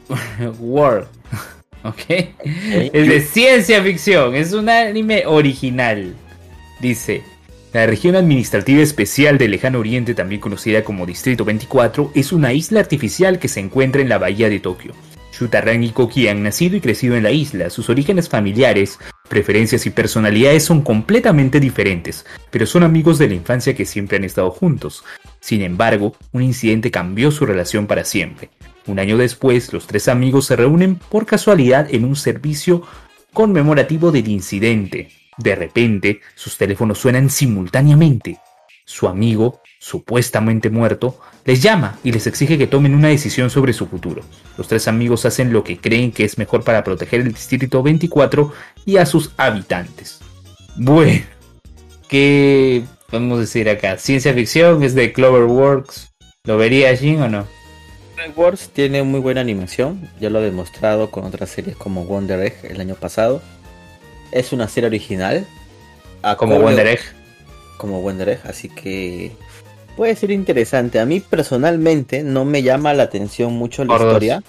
World, ¿ok? Es de ciencia ficción, es un anime original. Dice, La región administrativa especial del Lejano Oriente, también conocida como Distrito veinticuatro, es una isla artificial que se encuentra en la bahía de Tokio. Shutarang y Koki han nacido y crecido en la isla. Sus orígenes familiares, preferencias y personalidades son completamente diferentes, pero son amigos de la infancia que siempre han estado juntos. Sin embargo, un incidente cambió su relación para siempre. Un año después, los tres amigos se reúnen por casualidad en un servicio conmemorativo del incidente. De repente, sus teléfonos suenan simultáneamente. Su amigo, supuestamente muerto, les llama y les exige que tomen una decisión sobre su futuro. Los tres amigos hacen lo que creen que es mejor para proteger el Distrito veinticuatro y a sus habitantes. Bueno, ¿qué podemos decir acá? Ciencia ficción, es de Cloverworks. ¿Lo vería Jin o no? Wars tiene muy buena animación, ya lo he demostrado con otras series como Wonder Egg el año pasado. Es una serie original. Como acorde- Wonder Egg. Como Wonder Egg, así que puede ser interesante. A mí personalmente no me llama la atención mucho la Por dos. historia.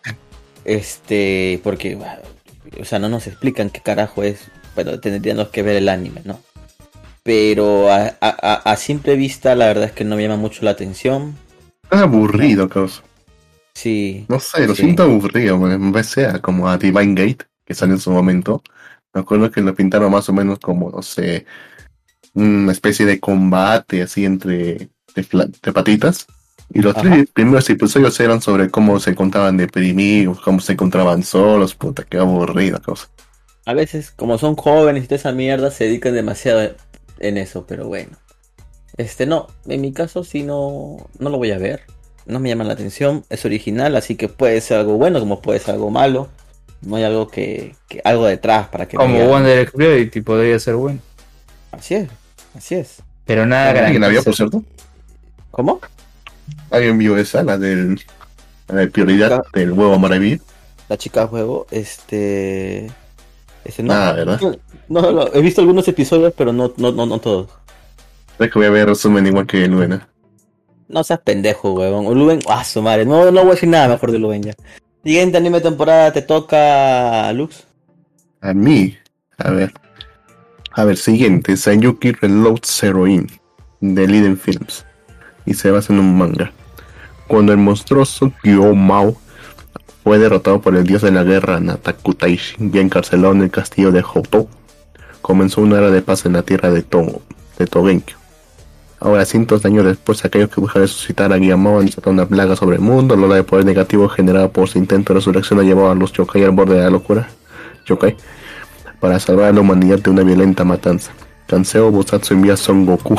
Este, porque, bueno, o sea, no nos explican qué carajo es. Bueno, tendríamos que ver el anime, ¿no? Pero a, a, a- a simple vista, la verdad es que no me llama mucho la atención. Es aburrido, causa. Sí. No sé, lo sí. siento aburrido, man. En vez sea como a Divine Gate, que salió en su momento. Me acuerdo que lo pintaron más o menos como, no sé, una especie de combate así entre de, fla- de patitas. Y los Ajá. tres primeros episodios eran sobre cómo se encontraban deprimidos, cómo se encontraban solos, puta, qué aburrido, cosa. A veces, como son jóvenes y toda esa mierda, se dedican demasiado en eso, pero bueno. Este, no, en mi caso sí no, no lo voy a ver. No me llama la atención, es original, así que puede ser algo bueno como puede ser algo malo. No hay algo que, que algo detrás para que me Como digan, Wonder Egg Reality podría ser bueno. así es, así es. Pero nada ¿Alguien la vio, por garantiza. cierto? ¿Cómo? ¿Alguien vio esa, la del la de prioridad Claro. del huevo maravilla? La chica juego, este, este no, Nada, ¿verdad? no, no, he visto algunos episodios, pero no, no, no, no todos. Creo que voy a ver resumen igual que Luena. No seas pendejo, huevón. Luven, ah, su madre. No, no voy a decir nada mejor de Luven ya. Siguiente anime temporada te toca Lux. A mí, a ver. A ver, siguiente, Sayuki Reloads Heroine, de Liden Films. Y se basa en un manga. Cuando el monstruoso Gyomao fue derrotado por el dios de la guerra Natakutaishi y encarcelado en el castillo de Hotou, comenzó una era de paz en la tierra de, to de Togenkyo. Ahora, cientos de años después, aquellos que buscan resucitar a Gyomao han desatado una plaga sobre el mundo. La ola de poder negativo generada por su intento de resurrección ha llevado a los yokai al borde de la locura. Yokai. Para salvar a la humanidad de una violenta matanza. Kanseo Busatsu envía a Son Goku,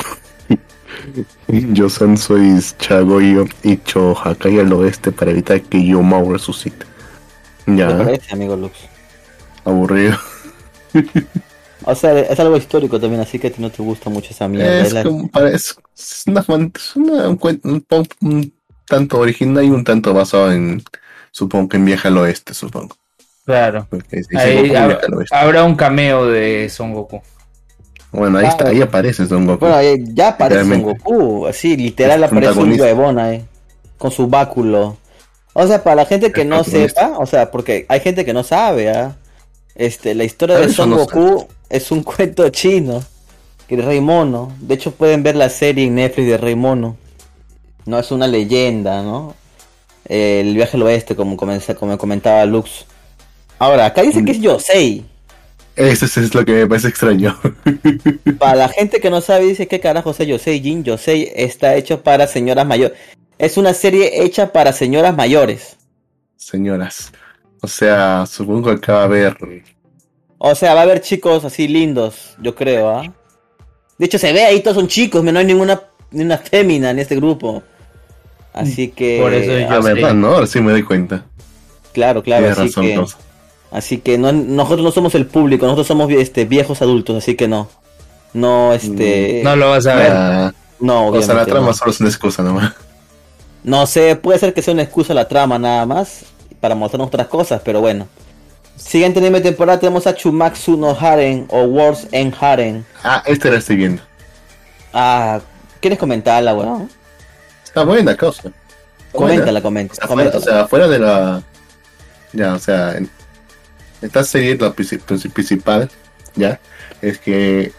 Yosan Soy Chagoyo y Chohakai al oeste para evitar que Gyomao resucite. ¿Qué Ya, parece, amigo Lux? aburrido. O sea, es algo histórico también, así que a ti no te gusta mucho esa mierda. Es Es la- como parece es una, fan- es una- un, cuen- un pop un tanto original y un tanto basado en, supongo que en Viaje al Oeste, supongo. Claro. Porque dice Ahí Goku hab- Viaje al Oeste. habrá un cameo de Son Goku. Bueno, ahí está, ahí aparece Son Goku. Bueno, eh, ya aparece Son Literalmente. Goku, así, literal Es aparece un protagonista. huevón ahí, con su báculo. O sea, para la gente que Es no protagonista. sepa, o sea, porque hay gente que no sabe, ¿ah? Este, la historia Ah, de eso Son no Goku es un cuento chino, que es Rey Mono. De hecho, pueden ver la serie en Netflix de Rey Mono. No es una leyenda, ¿no? Eh, el viaje al oeste, como, comenza- como comentaba Lux. Ahora, acá dice que es Yosei. Eso es lo que me parece extraño. Para la gente que no sabe, dice que carajo es Yosei Jin. Yosei está hecho para señoras mayores. Es una serie hecha para señoras mayores. Señoras. O sea, supongo que va a haber. O sea, va a haber chicos así lindos, yo creo, ¿ah? De hecho, se ve ahí, todos son chicos, no hay ninguna, ni una fémina en este grupo. Así que... Por eso yo- La sé. verdad, ¿no? Ahora sí me doy cuenta. Claro, claro, Tienes así razón, que... Rosa. Así que no, nosotros no somos el público, nosotros somos este, viejos adultos, así que no. No, este... No lo vas a ver. Ah, no, o sea, la obviamente trama no. solo es una excusa nomás. No sé, puede ser que sea una excusa la trama nada más, para mostrarnos otras cosas, pero bueno. Siguiente anime temporada tenemos a Chumatsu no Haren o Wars en Haren. Ah, este la estoy viendo. Ah, ¿quieres comentarla, weón? Está buena, causa. Está Coméntala, buena. comenta, O sea, fuera, o coméntala. sea, fuera de la. Ya, o sea, en esta serie, la princi- princi- principal, ya, es que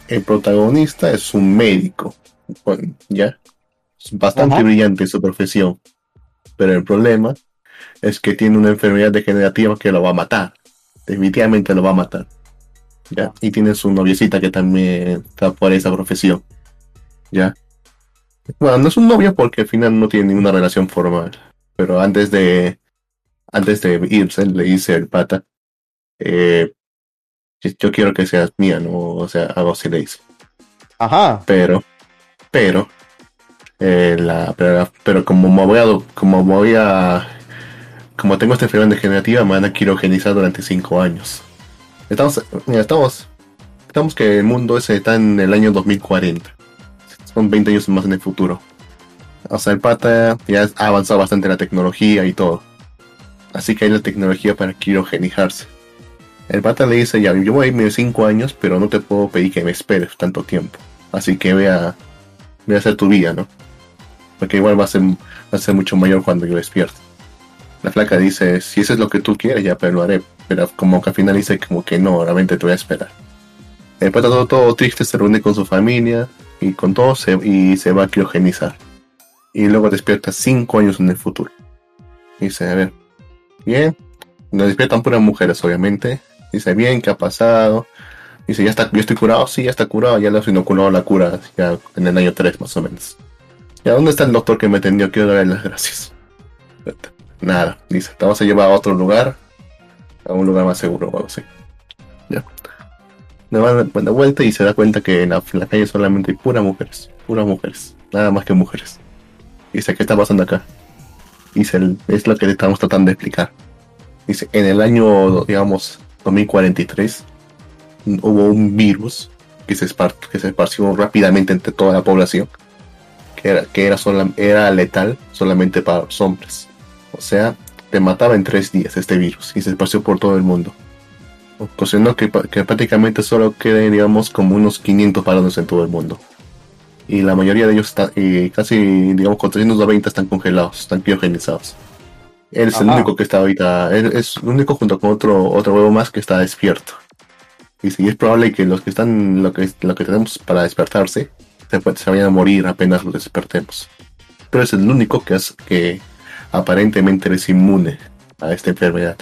el protagonista es un médico, bueno, ya, es bastante Ajá. brillante en su profesión, pero el problema es que tiene una enfermedad degenerativa que lo va a matar, definitivamente lo va a matar, ya, Ah. y tiene su noviecita que también está por esa profesión, ya. Bueno, no es un novio porque al final no tiene ninguna relación formal, pero antes de antes de irse le dice el pata, eh, yo quiero que seas mía, ¿no? O sea, algo así le dice. Ajá. Pero, pero, eh, la, pero, pero como me voy a, como me voy a, como tengo esta enfermedad degenerativa, me van a criogenizar durante cinco años. Estamos, mira, estamos, estamos que el mundo ese está en el año dos mil cuarenta. Son veinte años más en el futuro. O sea, el pata ya ha avanzado bastante en la tecnología y todo. Así que hay la tecnología para criogenizarse. El pata le dice, ya, yo voy a irme cinco años, pero no te puedo pedir que me esperes tanto tiempo. Así que ve a, ve a hacer tu vida, ¿no? Porque igual va a ser, va a ser mucho mayor cuando yo despierte. La flaca dice, si eso es lo que tú quieres, ya, pero lo haré. Pero como que al final dice como que no, realmente te voy a esperar. El pata todo, todo triste se reúne con su familia y con todo se, y se va a criogenizar. Y luego despierta cinco años en el futuro. Y dice, a ver, bien, nos despiertan puras mujeres, obviamente. Dice, bien, ¿qué ha pasado? Dice, ya está, yo estoy curado, sí, ya está curado, ya le has inoculado la cura ya en el año tres más o menos. ¿Ya dónde está el doctor que me atendió? Quiero darle las gracias. Nada, dice, te vamos a llevar a otro lugar, a un lugar más seguro o algo así. Ya. Le van de vuelta y se da cuenta que en la, en la calle solamente hay puras mujeres, puras mujeres, nada más que mujeres. Dice, ¿qué está pasando acá? Dice, es lo que le estamos tratando de explicar. Dice, en el año, digamos, dos mil cuarenta y tres, hubo un virus que se, espar que se esparció rápidamente entre toda la población, que era, que era, sola era letal solamente para los hombres. O sea, te mataba en tres días este virus y se esparció por todo el mundo. Ocasionó que, que prácticamente solo queden, digamos, como unos quinientos varones en todo el mundo. Y la mayoría de ellos están, y casi, digamos, cuatrocientos noventa están congelados, están criogenizados. Él es Ajá. el único que está ahorita, él es el único junto con otro otro huevo más que está despierto. Y sí, es probable que los que están, lo que, lo que tenemos para despertarse, se, se vayan a morir apenas los despertemos. Pero es el único que, es, que aparentemente es inmune a esta enfermedad.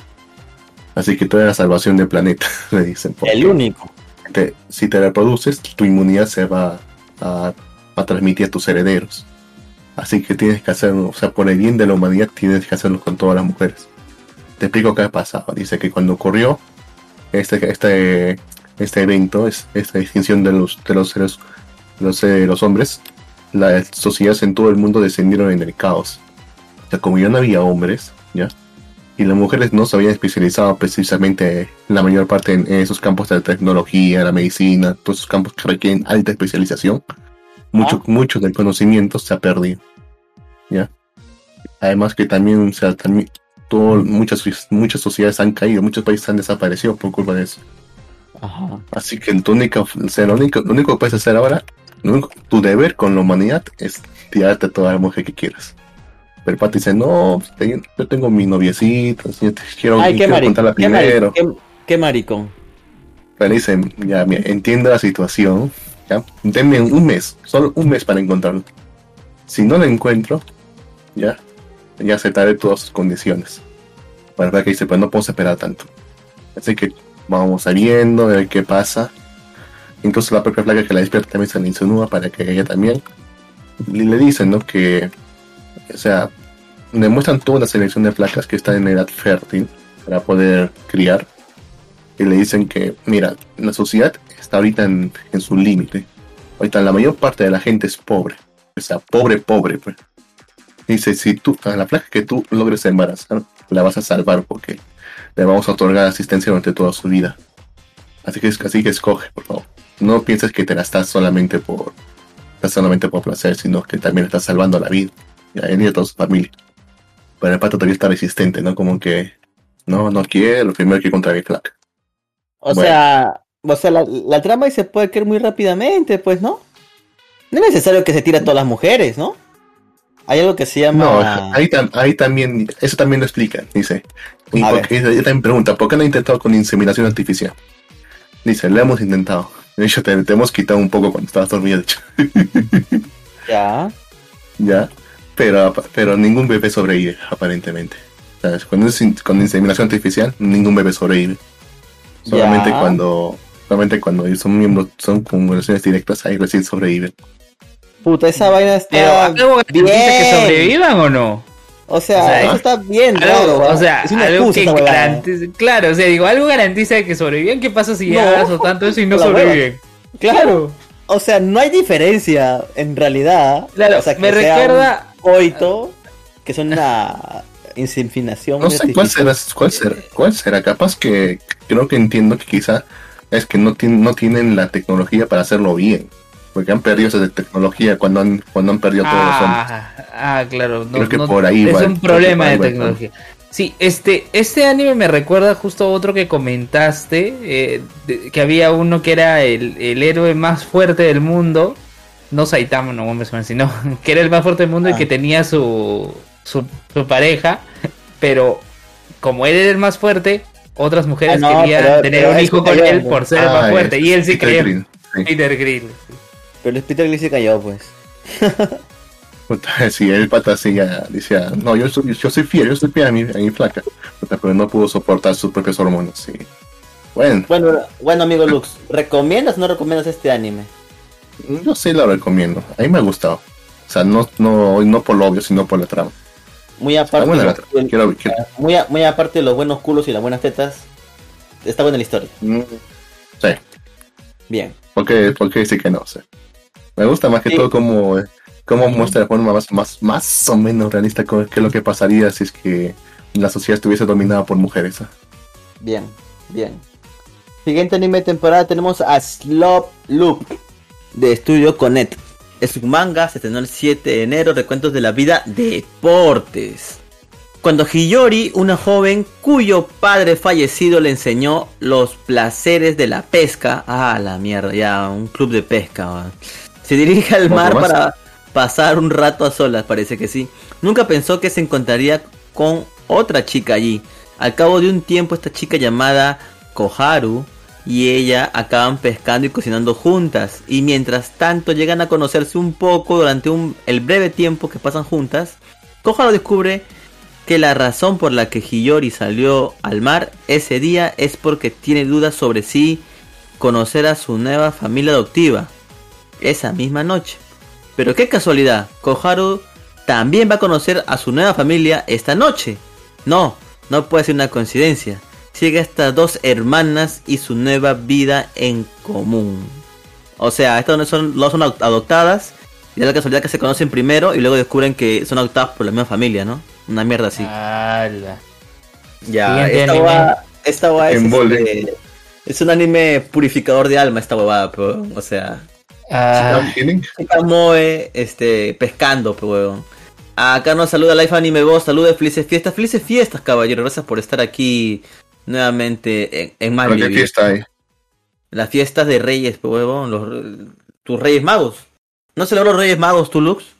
Así que toda la salvación del planeta, le dicen. El único. Te, si te reproduces, tu inmunidad se va a, a transmitir a tus herederos. Así que tienes que hacerlo, o sea, por el bien de la humanidad tienes que hacerlo con todas las mujeres. Te explico qué ha pasado. Dice que cuando ocurrió este este este evento, es, esta extinción de los de los seres, los, eh, los hombres, las sociedades en todo el mundo descendieron en el caos. O sea, como ya no había hombres, ya, y las mujeres no se habían especializado precisamente la mayor parte en, en esos campos de la tecnología, la medicina, todos esos campos que requieren alta especialización. Mucho, ah. mucho del conocimiento se ha perdido, ¿ya? Además que también, o sea, también todo, muchas, muchas sociedades han caído, muchos países han desaparecido por culpa de eso. Ajá. Así que tu única, o sea, lo, único, lo único que puedes hacer ahora, único, tu deber con la humanidad es tirarte a toda la mujer que quieras. Pero el pato dice, no, yo tengo mi noviecita, yo te quiero, Ay, quiero contarla qué primero. Qué, qué maricón. Pero dice, ya, mira, entiendo la situación. ¿Ya? Denme un mes, solo un mes para encontrarlo. Si no lo encuentro, ya, ya aceptaré todas sus condiciones. Para ver que dice, pues no puedo esperar tanto. Así que vamos saliendo, a ver qué pasa. Incluso la propia flaca que la despierta también se le insinúa para que ella también. Y le dicen, ¿no? Que, o sea, demuestran toda una selección de flacas que están en edad fértil para poder criar. Y le dicen que, mira, la sociedad está ahorita en, en su límite. Ahorita la mayor parte de la gente es pobre. O sea, pobre, pobre, pues. Dice, si tú, a la flaca que tú logres embarazar, la vas a salvar porque le vamos a otorgar asistencia durante toda su vida. Así que, así que escoge, por favor. No pienses que te la estás solamente por, estás solamente por placer, sino que también estás salvando la vida. Y a él y a toda su familia. Pero el pato todavía está resistente, ¿no? Como que, no, no quiere, lo primero que contra mi flaca. O bueno. sea, o sea, la, la trama ahí se puede caer muy rápidamente, pues, ¿no? No es necesario que se tire a todas las mujeres, ¿no? Hay algo que se llama... No, ahí, tam, ahí también, eso también lo explica, dice. Y porque, ella también pregunta, ¿por qué no ha intentado con inseminación artificial? Dice, lo hemos intentado, De hecho, te, te hemos quitado un poco cuando estabas dormido, de hecho. Ya. Ya. Pero, pero ningún bebé sobrevive, aparentemente. ¿Sabes? Cuando es in- con inseminación artificial, ningún bebé sobrevive. Solamente Ya. cuando solamente cuando son miembros, son con relaciones directas, ahí recién sobreviven. Puta, esa vaina Pero está ¿algo garantiza bien. que sobrevivan o no? O sea, O sea, eso está bien Algo, raro, ¿va? o sea, es una algo excusa que esa huevada. garantice, claro, o sea, digo, algo garantiza que sobreviven. ¿Qué pasa si No, ya o tanto eso y no la hueva. sobreviven? Claro. O sea, no hay diferencia en realidad. Claro, o sea, que me sea recuerda- un coito, que es una inseminación. No sé cuál será, cuál será, cuál será. Capaz que creo que entiendo que quizá es que no tienen, no tienen la tecnología para hacerlo bien. Porque han perdido esa tecnología cuando han, cuando han perdido todos los hombres. Ah, ah, claro, no, Creo que no- por ahí es va, un creo que problema por ahí de va el tecnología. Sí, este, este anime me recuerda justo a otro que comentaste, eh, de- que había uno que era el, el héroe más fuerte del mundo, no Saitama, no One Punch Man, sino que era el más fuerte del mundo Ah. y que tenía su, su, su pareja, pero como él era el más fuerte, otras mujeres Ah, no, querían pero- tener pero un es hijo que con cayó, él ¿no? por ser el Ah, más fuerte, es y él sí Peter creyó. Grill, sí. Peter Grill. Pero el Peter Glick se cayó, pues. Puta, sí, el pata sí ya decía, no, yo soy, yo soy fiel, yo soy fiel a mi, a mi flaca. Puta, pero no pudo soportar sus propios hormonas, sí. Bueno, Bueno, bueno, amigo Lux, ¿recomiendas o no recomiendas este anime? yo sí lo recomiendo. A mí me ha gustado. O sea, no, no, no por lo obvio, sino por la trama. Muy Está aparte, buena la de, trama. Quiero, quiero, muy, a- muy aparte de los buenos culos y las buenas tetas, está buena la historia. mm, sí, Bien. ¿por qué, por qué decir que no? O sea, me gusta más que Sí. todo como, como muestra de forma más, más, más o menos realista co- qué es lo que pasaría si es que la sociedad estuviese dominada por mujeres. ¿eh? Bien, bien. Siguiente anime de temporada tenemos a Slop Loop de Studio Connect. Es un manga, se estrenó el siete de enero, recuentos de la vida deportes. Cuando Hiyori, una joven cuyo padre fallecido le enseñó los placeres de la pesca, ah la mierda, ya un club de pesca, man. Se dirige al ¿Otro mar más? para pasar un rato a solas, parece que sí. Nunca pensó que se encontraría con otra chica allí. Al cabo de un tiempo, esta chica llamada Koharu y ella acaban pescando y cocinando juntas. Y mientras tanto llegan a conocerse un poco durante un, el breve tiempo que pasan juntas. Koharu descubre que la razón por la que Hiyori salió al mar ese día es porque tiene dudas sobre si conocer a su nueva familia adoptiva esa misma noche. Pero qué casualidad, Koharu también va a conocer a su nueva familia esta noche. No, no puede ser una coincidencia. Sigue a estas dos hermanas y su nueva vida en común. O sea, estas no son, no son adoptadas. Y es la casualidad que se conocen primero y luego descubren que son adoptadas por la misma familia, ¿no? Una mierda así. Ala. Ya, Siguiente esta anime. huevada, esta huevada es, Embole. este, es un anime purificador de alma, esta huevada, pero, o sea, Ah, ¿Tienen? chica Moe, este, pescando, pues, huevón. Acá nos saluda Life Anime Boss, saludos, felices fiestas, felices fiestas, caballero, gracias por estar aquí nuevamente en, en ¿Pero qué Malvivir. fiesta hay? Las fiestas de Reyes, pues, huevón, los, tus Reyes Magos. ¿No celebró los Reyes Magos, tú, Lux?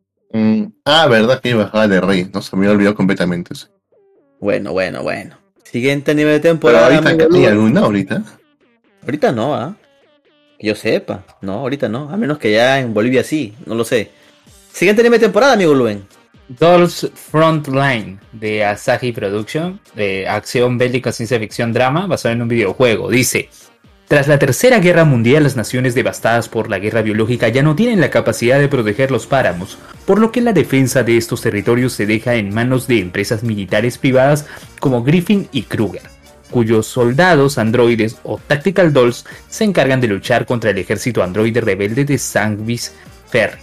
Mm, ah, verdad que iba a de Rey, no se me había olvidado completamente. Sí. Bueno, bueno, bueno. Siguiente anime de Pero temporada. ahorita amigo acá hay Lux. alguna ahorita. Ahorita no, ¿ah? Que yo sepa. No, ahorita no. A menos que ya en Bolivia sí. No lo sé. Siguiente anime de temporada, amigo Luen. Dolls Frontline de Asahi Production, de acción bélica, ciencia ficción, drama, basado en un videojuego. Dice: tras la Tercera Guerra Mundial, las naciones devastadas por la guerra biológica ya no tienen la capacidad de proteger los páramos, por lo que la defensa de estos territorios se deja en manos de empresas militares privadas como Griffin y Kruger, cuyos soldados androides o Tactical Dolls se encargan de luchar contra el ejército androide rebelde de Sangvis Ferry.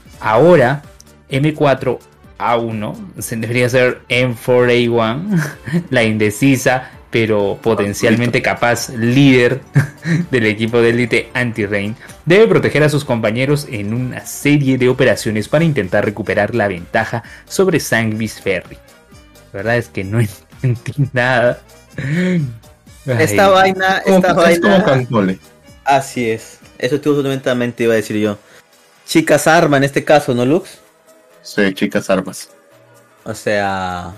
Ahora, eme cuatro a uno, se debería ser eme cuatro a uno, la indecisa pero potencialmente capaz líder del equipo de élite Anti-Rain, debe proteger a sus compañeros en una serie de operaciones para intentar recuperar la ventaja sobre Sangvis Ferry. La verdad es que no entendí nada. Ay. Esta vaina, Como- esta es vaina. como Cancole. Así es. Eso estuvo totalmente iba a decir yo. Chicas arma en este caso, ¿no, Lux? Sí, chicas armas. O sea.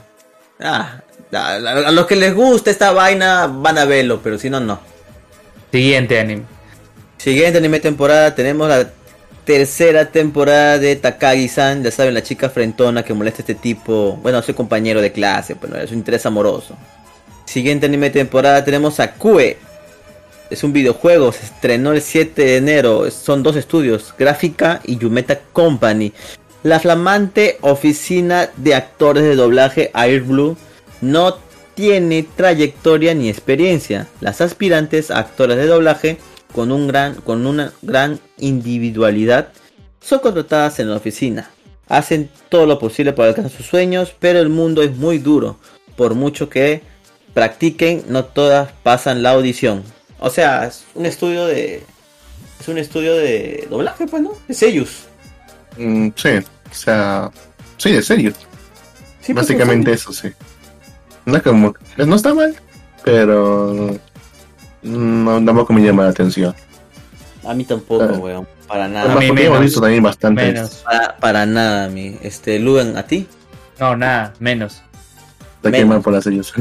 Ah, a, a- a los que les gusta esta vaina van a verlo, pero si no, no. Siguiente anime. Siguiente anime temporada, tenemos la tercera temporada de Takagi-san. Ya saben, la chica frentona que molesta a este tipo. Bueno, es su compañero de clase, pero es un interés amoroso. Siguiente anime temporada tenemos a Kue. Es un videojuego, se estrenó el siete de enero. Son dos estudios, Gráfica y Yumeta Company. La flamante oficina de actores de doblaje Airblue no tiene trayectoria ni experiencia. Las aspirantes a actores de doblaje con, un gran, con una gran individualidad son contratadas en la oficina. Hacen todo lo posible para alcanzar sus sueños, pero el mundo es muy duro. Por mucho que practiquen, no todas pasan la audición. O sea, es un estudio de... Es un estudio de doblaje, pues, ¿no? De seiyus. Mm, sí, o sea... Sí, de serio. Sí, básicamente pues, eso, sí. No es como... No está mal, pero... No, tampoco me llama la atención. A mí tampoco, Ah. weón. Para A nada. mí mí menos, hemos visto también bastante. menos. Para, para nada, mi. Este, Lugan, ¿a ti? No, nada, menos. De menos. quemar por las ellos.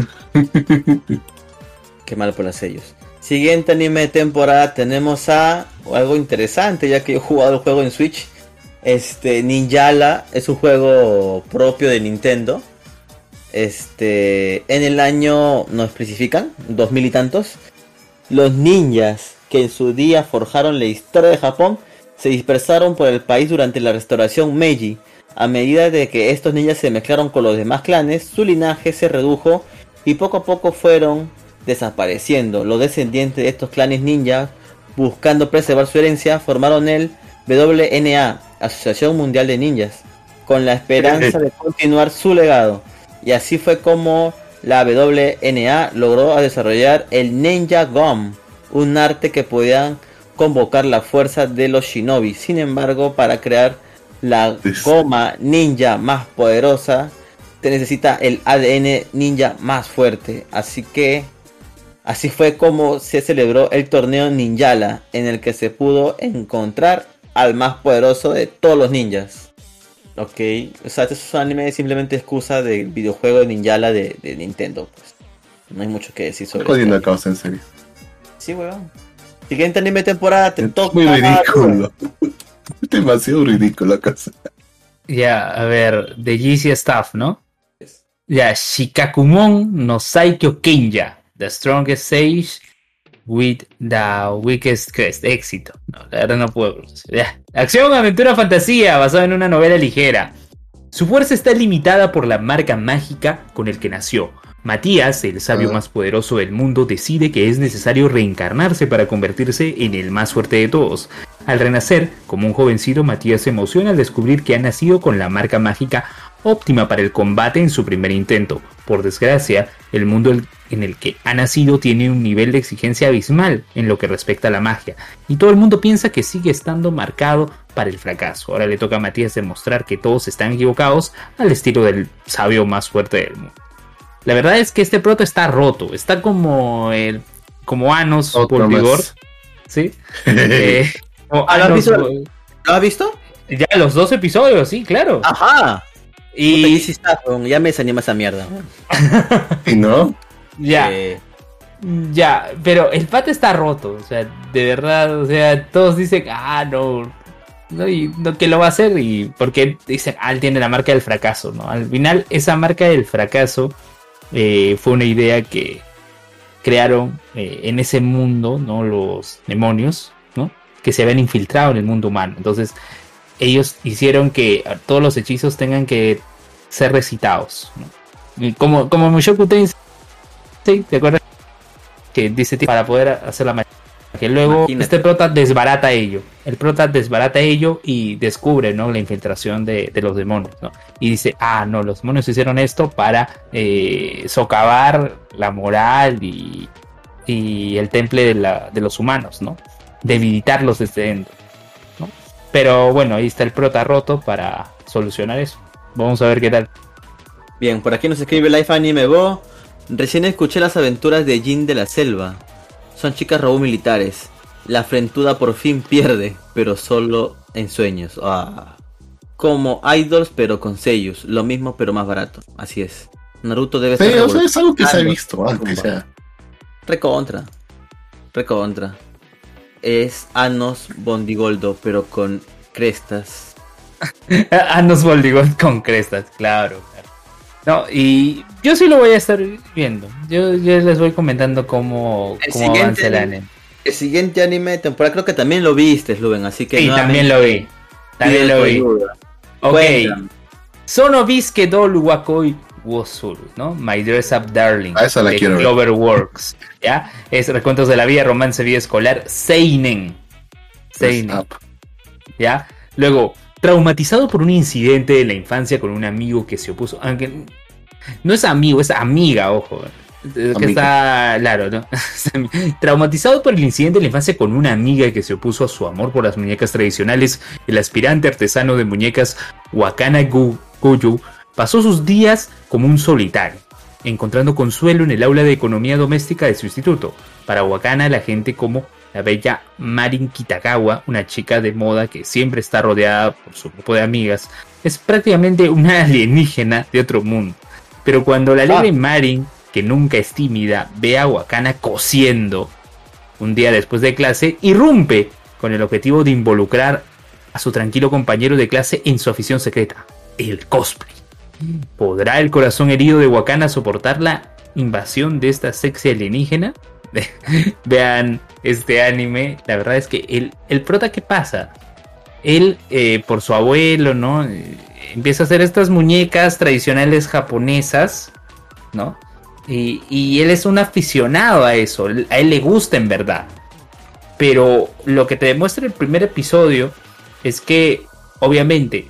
Qué mal por los sellos. Siguiente anime de temporada tenemos a algo interesante, ya que yo he jugado el juego en Switch. Este, Ninjala es un juego propio de Nintendo. Este, en el año, no especifican, dos mil y tantos. Los ninjas que en su día forjaron la historia de Japón se dispersaron por el país durante la restauración Meiji. A medida de que estos ninjas se mezclaron con los demás clanes, su linaje se redujo y poco a poco fueron desapareciendo. Los descendientes de estos clanes ninjas, buscando preservar su herencia, formaron el W N A, Asociación Mundial de Ninjas, con la esperanza de continuar su legado. Y así fue como la W N A logró desarrollar el Ninja Gom, un arte que podía convocar la fuerza de los shinobi. Sin embargo, para crear la goma ninja más poderosa, te necesita el A D N ninja más fuerte. Así que así fue como se celebró el torneo Ninjala, en el que se pudo encontrar al más poderoso de todos los ninjas. Ok, o sea, este es un anime simplemente excusa del videojuego de Ninjala de, de Nintendo. Pues no hay mucho que decir sobre Jodiendo esto. la causa, en serio. Sí, weón. Siguiente anime temporada te Es toca. muy ridículo. Es demasiado ridículo la cosa. Ya, a ver, de G C Staff, ¿no? Ya, Shikakumon no Saikyo Kenja, The Strongest Sage with the Weakest Crest. Éxito. No, la verdad no puedo pronunciar. Ya. Acción, aventura, fantasía, basada en una novela ligera. Su fuerza está limitada por la marca mágica con el que nació. Matías, el sabio Ah. más poderoso del mundo, decide que es necesario reencarnarse para convertirse en el más fuerte de todos. Al renacer, como un jovencito, Matías se emociona al descubrir que ha nacido con la marca mágica óptima para el combate en su primer intento. Por desgracia, el mundo en el que ha nacido tiene un nivel de exigencia abismal en lo que respecta a la magia, y todo el mundo piensa que sigue estando marcado para el fracaso. Ahora le toca a Matías demostrar que todos están equivocados al estilo del sabio más fuerte del mundo. La verdad es que este prota está roto, está como el como Anos Otro por vigor, más. ¿sí? Eh, como Ah, ¿lo has Anos visto? Vol- ¿Lo has visto? ya los dos episodios, sí, claro. Ajá. y Puta, y sí está, weón. Ya me desanima esa mierda. weón. ¿Y no? ya, Eh, ya, pero el pata está roto, o sea, de verdad, o sea, todos dicen, ah, no, no, y no, que lo va a hacer, y porque dicen, ah, él tiene la marca del fracaso, ¿no? Al final, esa marca del fracaso eh, fue una idea que crearon eh, en ese mundo, ¿no? Los demonios, ¿no? Que se habían infiltrado en el mundo humano. Entonces, ellos hicieron que todos los hechizos tengan que ser recitados, ¿no? Y como, como Mushoku Tensei, ¿sí? ¿Te acuerdas? Que dice para poder hacer la magia. Que luego Imagínate. este prota desbarata ello. El prota desbarata ello y descubre, ¿no? La infiltración de, de los demonios, ¿no? Y dice, ah, no, los demonios hicieron esto para eh, socavar la moral y, y el temple de, la, de los humanos, ¿no? Debilitarlos desde dentro, ¿no? Pero bueno, ahí está el prota roto para solucionar eso. Vamos a ver qué tal. Bien, por aquí nos escribe Life Anime Go. Recién escuché las aventuras de Jin de la Selva. Son chicas robot militares. La frentuda por fin pierde, pero solo en sueños. Ah. Como idols, pero con sellos. Lo mismo, pero más barato. Así es. Naruto debe Sí, ser o sea, es algo que se ha revolucionario. visto antes. Ya. Recontra. Recontra. es Anos Bondigoldo, pero con crestas. Anos Boldigold con crestas, claro, claro. No, y yo sí lo voy a estar viendo. Yo, yo les voy comentando cómo, El cómo siguiente- avanza el anime. El siguiente anime de temporada creo que también lo viste, Luven, así que Sí, también lo vi. También pido lo tu vi. ayuda. Ok. Cuéntame. Sono Bisuke Doll Wakoi Wosuru, ¿no? My Dress Up Darling. Ah, esa la de quiero ver. Cloverworks. ¿Ya? Es recuentos de la vida, romance, vida escolar. Seinen. Seinen. Up. ¿Ya? Luego, traumatizado por un incidente en la infancia con un amigo que se opuso. Aunque no es amigo, es amiga, ojo. Que Amiga. está, claro, ¿no? Traumatizado por el incidente en la infancia con una amiga que se opuso a su amor por las muñecas tradicionales, el aspirante artesano de muñecas Wakana Gu- Goju pasó sus días como un solitario, encontrando consuelo en el aula de economía doméstica de su instituto. Para Wakana, la gente como la bella Marin Kitagawa, una chica de moda que siempre está rodeada por su grupo de amigas, es prácticamente una alienígena de otro mundo. Pero cuando la alegre Ah. Marin, que nunca es tímida, ve a Wakana cosiendo un día después de clase, irrumpe con el objetivo de involucrar a su tranquilo compañero de clase en su afición secreta, el cosplay. ¿Podrá el corazón herido de Wakana soportar la invasión de esta sexy alienígena? Vean este anime. La verdad es que el, el prota, ¿qué pasa? Él, eh, por su abuelo, ¿no? Eh, empieza a hacer estas muñecas tradicionales japonesas, ¿no? Y, y él es un aficionado a eso. A él le gusta en verdad. Pero lo que te demuestra el primer episodio es que, obviamente,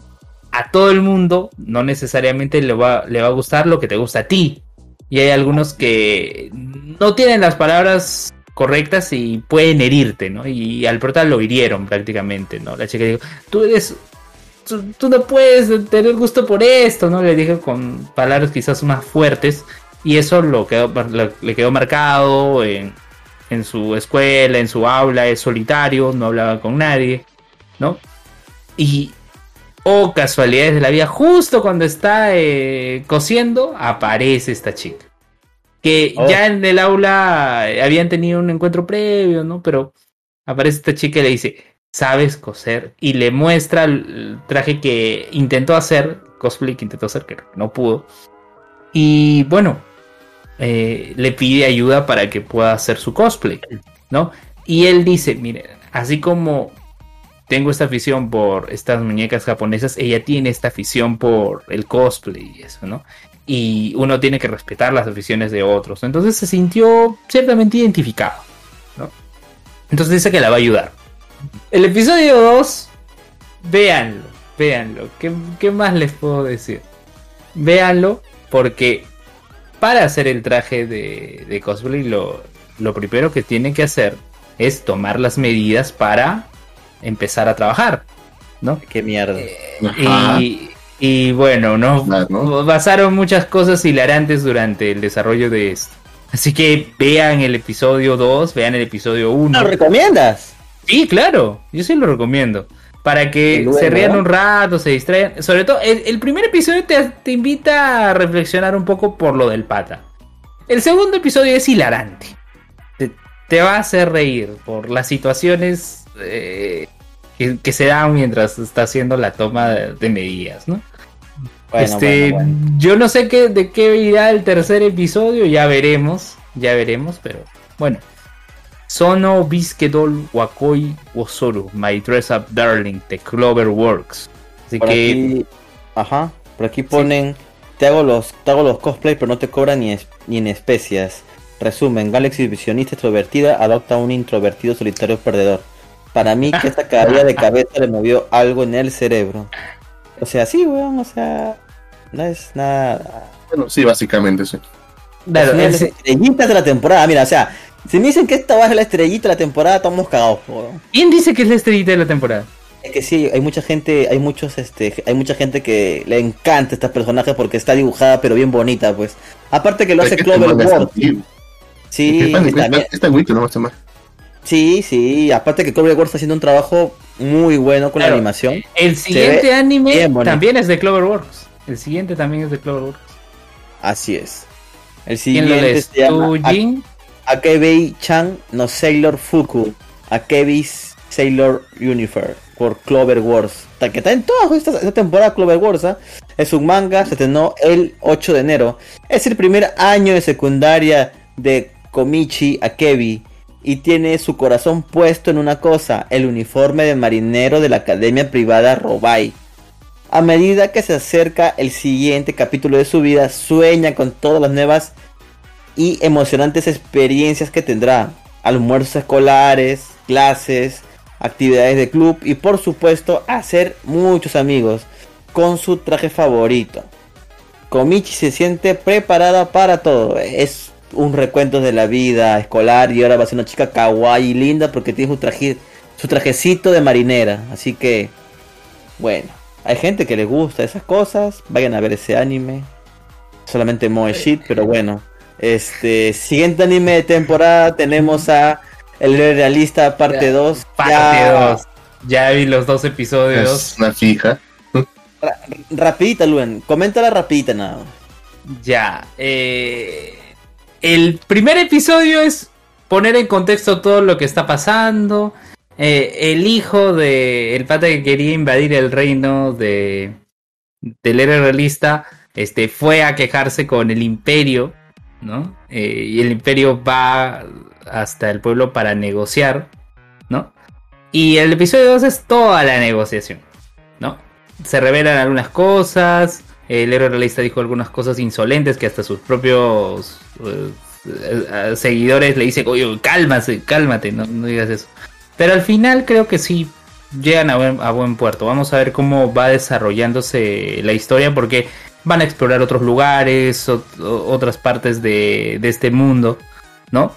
a todo el mundo no necesariamente le va, le va a gustar lo que te gusta a ti. Y hay algunos que no tienen las palabras correctas y pueden herirte, ¿no? Y al prota lo hirieron prácticamente, ¿no? La chica dijo, tú eres... Tú, tú no puedes tener gusto por esto, ¿no? Le dije con palabras quizás más fuertes. Y eso lo quedó, lo, le quedó marcado en, en su escuela, en su aula. Es solitario, no hablaba con nadie, ¿no? Y... oh, casualidades de la vida, justo cuando está eh, cosiendo, aparece esta chica. Que Oh. ya en el aula habían tenido un encuentro previo, ¿no? Pero aparece esta chica y le dice, ¿sabes coser? Y le muestra el traje que intentó hacer, cosplay que intentó hacer, que no pudo. Y bueno, eh, le pide ayuda para que pueda hacer su cosplay, ¿no? Y él dice, mire, así como... tengo esta afición por estas muñecas japonesas, ella tiene esta afición por el cosplay y eso, ¿no? Y uno tiene que respetar las aficiones de otros. Entonces se sintió ciertamente identificado, ¿no? Entonces dice que la va a ayudar. El episodio dos, véanlo, véanlo. ¿Qué, qué más les puedo decir? Véanlo porque para hacer el traje de, de cosplay lo, lo primero que tiene que hacer es tomar las medidas para... empezar a trabajar, ¿no? Qué mierda. Ajá. Y, y bueno, ¿no? Claro. Pasaron muchas cosas hilarantes durante el desarrollo de esto. Así que vean el episodio dos, vean el episodio uno. ¿Lo recomiendas? Sí, claro, yo sí lo recomiendo. Para que Luego, se rían ¿no? un rato, se distraigan. Sobre todo, el, el primer episodio te, te invita a reflexionar un poco por lo del pata. El segundo episodio es hilarante. Te, te va a hacer reír por las situaciones eh, que, que se dan mientras está haciendo la toma de, de medidas, ¿no? Bueno, este, bueno, bueno. Yo no sé qué, de qué irá el tercer episodio, ya veremos, ya veremos, pero bueno. Sono Bisuke Doll Wakoi Wosoru, My Dress Up Darling, de Cloverworks. Así Por que aquí, ajá, por aquí ponen, te hago los, te hago los cosplay, pero no te cobran ni, es- ni en especias. Resumen, Galaxy visionista extrovertida adopta a un introvertido solitario perdedor. Para mí que esta caída de cabeza le movió algo en el cerebro. O sea, sí, weón, o sea, no es nada. Bueno, sí, básicamente sí. claro, Es una de el las se- estrellitas de la temporada, mira, o sea, si me dicen que esta va a ser la estrellita de la temporada, estamos cagados, weón. ¿quién dice que es la estrellita de la temporada? Es que sí, hay mucha gente, hay muchos, este, hay mucha gente que le encanta este personaje porque está dibujada pero bien bonita, pues. Aparte que lo hace Es que este manga es Cloverworks. antiguo. Sí, Es que está- también, está- está Wiki, no más más. sí, sí, aparte que Cloverworks está haciendo un trabajo muy bueno con Claro, la animación. El siguiente ve anime bien bonito. también es de Cloverworks. El siguiente también es de Cloverworks. Así es. El ¿Quién lo siguiente lees? se llama ¿Tú, Jin? Akebei-chan no Sailor Fuku. Akebi's Sailor Universe por Clover Wars, que está en toda esta, esta temporada. Clover Wars, ¿eh? Es un manga, se estrenó el ocho de enero. Es el primer año de secundaria de Komichi Akebi y tiene su corazón puesto en una cosa: el uniforme de marinero de la academia privada Robai. A medida que se acerca el siguiente capítulo de su vida, sueña con todas las nuevas y emocionantes experiencias que tendrá: almuerzos escolares, clases, actividades de club y por supuesto hacer muchos amigos con su traje favorito. Komichi se siente preparada para todo. Es un recuento de la vida escolar y ahora va a ser una chica kawaii linda porque tiene su traje, su trajecito de marinera. Así que, bueno, hay gente que le gusta esas cosas. Vayan a ver ese anime. Solamente moe shit, pero bueno. Este, siguiente anime de temporada tenemos a El Realista parte dos. Parte dos. Ya vi los dos episodios. Es una fija. Ra- rapidita, Luen. Coméntala rapidita nada. Ya. Eh, el primer episodio es poner en contexto todo lo que está pasando. Eh, el hijo de el pata que quería invadir el reino de del héroe realista, este, fue a quejarse con el imperio, ¿no? Eh, y el imperio va hasta el pueblo para negociar, ¿no? Y el episodio dos es toda la negociación, ¿no? Se revelan algunas cosas. El héroe realista dijo algunas cosas insolentes que hasta sus propios uh, uh, seguidores le dicen: oye, cálmate, cálmate, no, no digas eso. Pero al final creo que sí llegan a buen, a buen puerto. Vamos a ver cómo va desarrollándose la historia, porque van a explorar otros lugares, o, o, otras partes de, de este mundo, ¿no?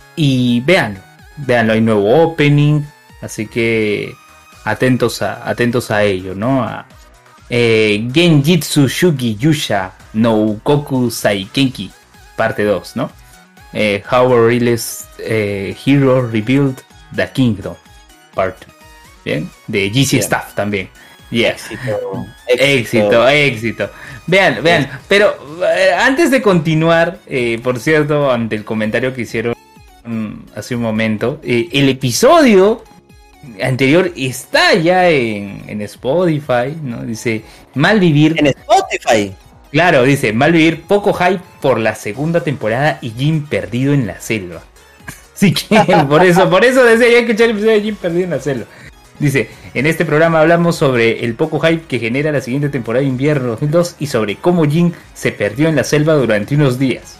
Y véanlo, véanlo, hay nuevo opening, así que atentos a, atentos a ello, ¿no? A, eh, Genjitsu Shugi Yusha no Goku Saikenki, parte dos, ¿no? Eh, How a Realist eh, Hero Rebuild the Kingdom, part dos. Bien, de G C Bien. Staff también. Yeah. Éxito, Éxito, éxito. Vean, vean. Pero eh, antes de continuar, eh, por cierto, ante el comentario que hicieron um, hace un momento, eh, el episodio anterior está ya en, en Spotify, ¿no? Dice, Malvivir. En Spotify. Claro, dice, Malvivir, poco hype por la segunda temporada y Jin perdido en la selva. Así que por eso, por eso decía, ya escuché el episodio de Jin perdido en la selva. Dice, en este programa hablamos sobre el poco hype que genera la siguiente temporada de invierno dos mil dos y sobre cómo Jin se perdió en la selva durante unos días.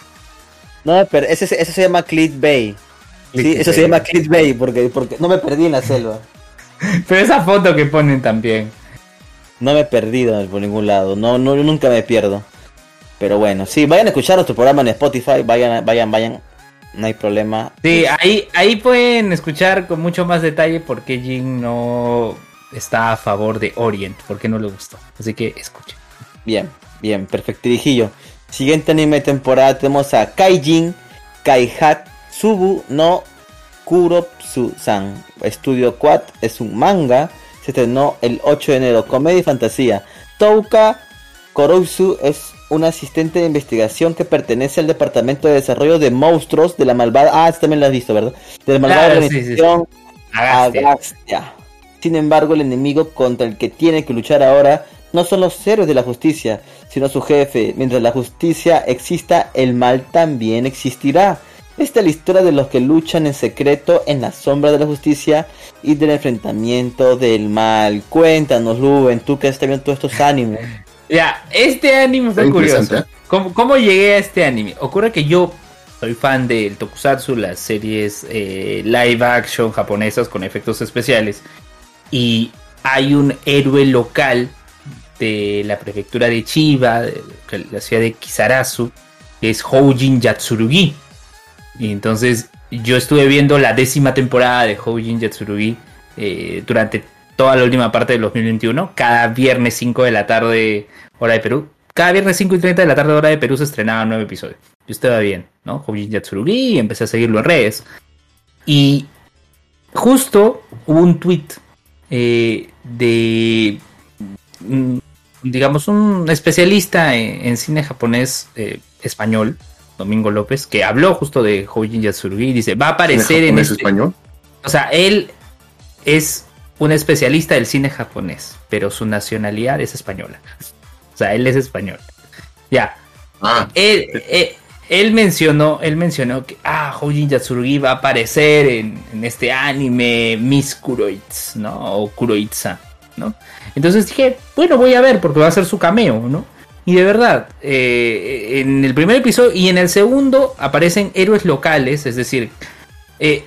No, pero ese, ese se llama clickbait. Sí, eso se llama clickbait porque, porque no me perdí en la selva. Pero esa foto que ponen también. No me he perdido por ningún lado. No, no, nunca me pierdo. Pero bueno, sí, vayan a escuchar nuestro programa en Spotify. Vayan, vayan, vayan. No hay problema. Sí, ahí, ahí pueden escuchar con mucho más detalle por qué Jin no está a favor de Orient, porque no le gustó. Así que escuchen. Bien, bien, perfectirijillo. Siguiente anime de temporada tenemos a Kaijin Kaihatsubu no Kuropsu-san. Estudio Quad es un manga. Se estrenó el ocho de enero. Comedia y fantasía. Touka Kuropsu es un asistente de investigación que pertenece al departamento de desarrollo de monstruos de la malvada... Ah, este también lo has visto, ¿verdad? De la malvada Claro, organización sí, sí, sí. Agastia. Agastia. Sin embargo, el enemigo contra el que tiene que luchar ahora no son los héroes de la justicia, sino su jefe. Mientras la justicia exista, el mal también existirá. Esta es la historia de los que luchan en secreto en la sombra de la justicia y del enfrentamiento del mal. Cuéntanos, Luven, tú que estás viendo todos estos animes. Ya, este anime fue Está curioso. interesante, ¿Cómo, ¿Cómo llegué a este anime? Ocurre que yo soy fan del tokusatsu, las series eh, live action japonesas con efectos especiales. Y hay un héroe local de la prefectura de Chiba, de la ciudad de Kisarazu, que es Houjin Yatsurugi. Y entonces yo estuve viendo la décima temporada de Houjin Yatsurugi eh, durante toda la última parte del dos mil veintiuno. Cada viernes cinco de la tarde, hora de Perú. Cada viernes cinco y treinta de la tarde, hora de Perú, se estrenaban nueve episodios. Yo estaba bien, ¿no? Houjin Yatsurugi, y empecé a seguirlo en redes. Y justo hubo un tweet eh, de, mm, digamos, un especialista en, en cine japonés eh, español, Domingo López, que habló justo de Houjin Yatsurugi y dice, va a aparecer en japonés este... español? O sea, él es un especialista del cine japonés, pero su nacionalidad es española. O sea, él es español. Ya. Ah, Él, él, él mencionó, él mencionó que ah, Houjin Yatsurugi va a aparecer en, en este anime Miss Kuroitsu, ¿no? O Kuroitsa, ¿no? Entonces dije, bueno, voy a ver porque va a ser su cameo, ¿no? Y de verdad, eh, en el primer episodio y en el segundo aparecen héroes locales, es decir, eh,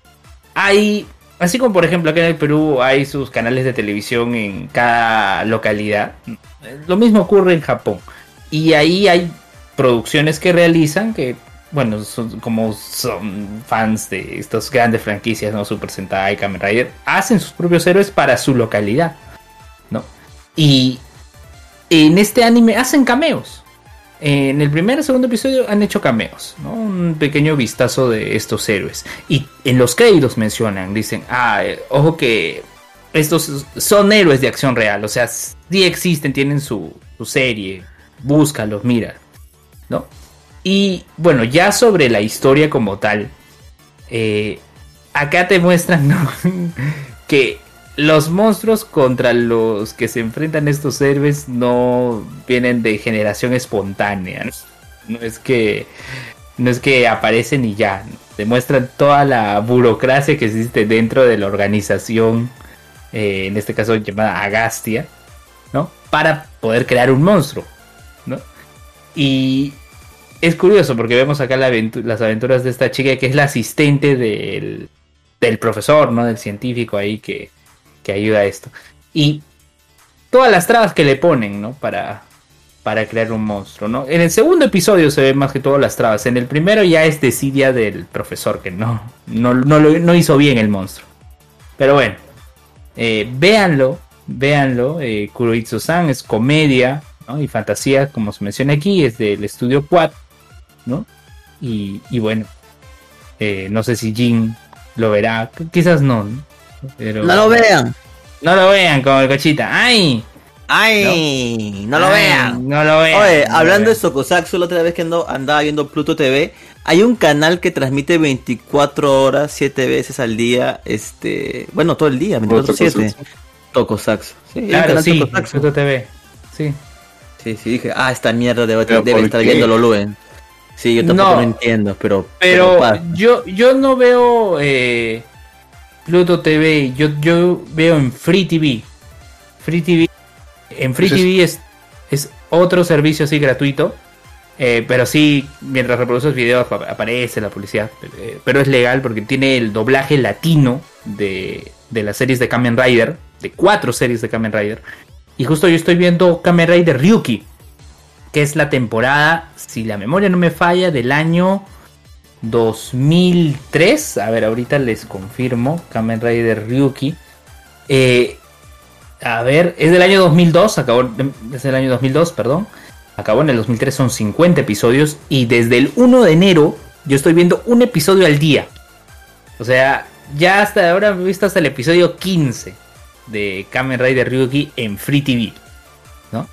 hay, así como por ejemplo acá en el Perú hay sus canales de televisión en cada localidad, lo mismo ocurre en Japón. Y ahí hay producciones que realizan que, bueno, son, como son fans de estas grandes franquicias, ¿no? Super Sentai, Kamen Rider, hacen sus propios héroes para su localidad, ¿no? Y en este anime hacen cameos. En el primer y segundo episodio han hecho cameos, ¿no? Un pequeño vistazo de estos héroes. Y en los créditos mencionan, dicen, ah, eh, ojo que estos son héroes de acción real, o sea, sí existen, tienen su, su serie, búscalos, mira, ¿no? Y bueno, ya sobre la historia como tal, eh, acá te muestran, ¿no? que los monstruos contra los que se enfrentan estos héroes no vienen de generación espontánea, ¿no? No es que no es que aparecen y ya, ¿no? Demuestran toda la burocracia que existe dentro de la organización, eh, en este caso llamada Agastia, ¿no? Para poder crear un monstruo, ¿no? Y es curioso porque vemos acá la aventu- las aventuras de esta chica que es la asistente del, del profesor, ¿no? Del científico ahí que, que ayuda a esto. Y todas las trabas que le ponen, ¿no? Para, para crear un monstruo, ¿no? En el segundo episodio se ve más que todo las trabas. En el primero ya es desidia del profesor que no, no, no, lo, no hizo bien el monstruo. Pero bueno, eh, véanlo, véanlo. Eh, Kuroitsu-san es comedia, ¿no? Y fantasía, como se menciona aquí, es del estudio Quad, ¿no? Y, y bueno, eh, no sé si Jin lo verá, quizás no, ¿no? Pero No lo vean. no lo vean como el cochita. ¡Ay! ¡Ay! No, lo Ay, vean. No lo vean. Oye, no lo hablando vean. de Tokusatsu, la otra vez que ando, andaba viendo Pluto T V, hay un canal que transmite veinticuatro horas, siete veces al día, este, bueno, todo el día, veinticuatro siete. Tokusatsu. Sí, hay un Claro, canal sí, Tokusatsu. Pluto T V. Sí. Sí, sí, dije, ah, esta mierda debe, ¿Pero debe por estar qué? viendo Luluen. Sí, yo tampoco No. no entiendo, pero... Pero pasa. yo, yo no veo eh, Pluto T V, yo, yo veo en Free T V. Free T V. En Free Ese es- T V es, es otro servicio así gratuito. Eh, pero sí, mientras reproduces videos ap- aparece la publicidad. eh, pero es legal porque tiene el doblaje latino de, de las series de Kamen Rider. De cuatro series de Kamen Rider. Y justo yo estoy viendo Kamen Rider Ryuki. Que es la temporada, si la memoria no me falla, del año dos mil tres. A ver, ahorita les confirmo. Kamen Rider Ryuki. Eh, a ver, es del año dos mil dos. Acabó, es del año dos mil dos, perdón. Acabó en el dos mil tres, son cincuenta episodios. Y desde el uno de enero yo estoy viendo un episodio al día. O sea, ya hasta ahora he visto hasta el episodio quince de Kamen Rider Ryuki en Free T V, ¿no?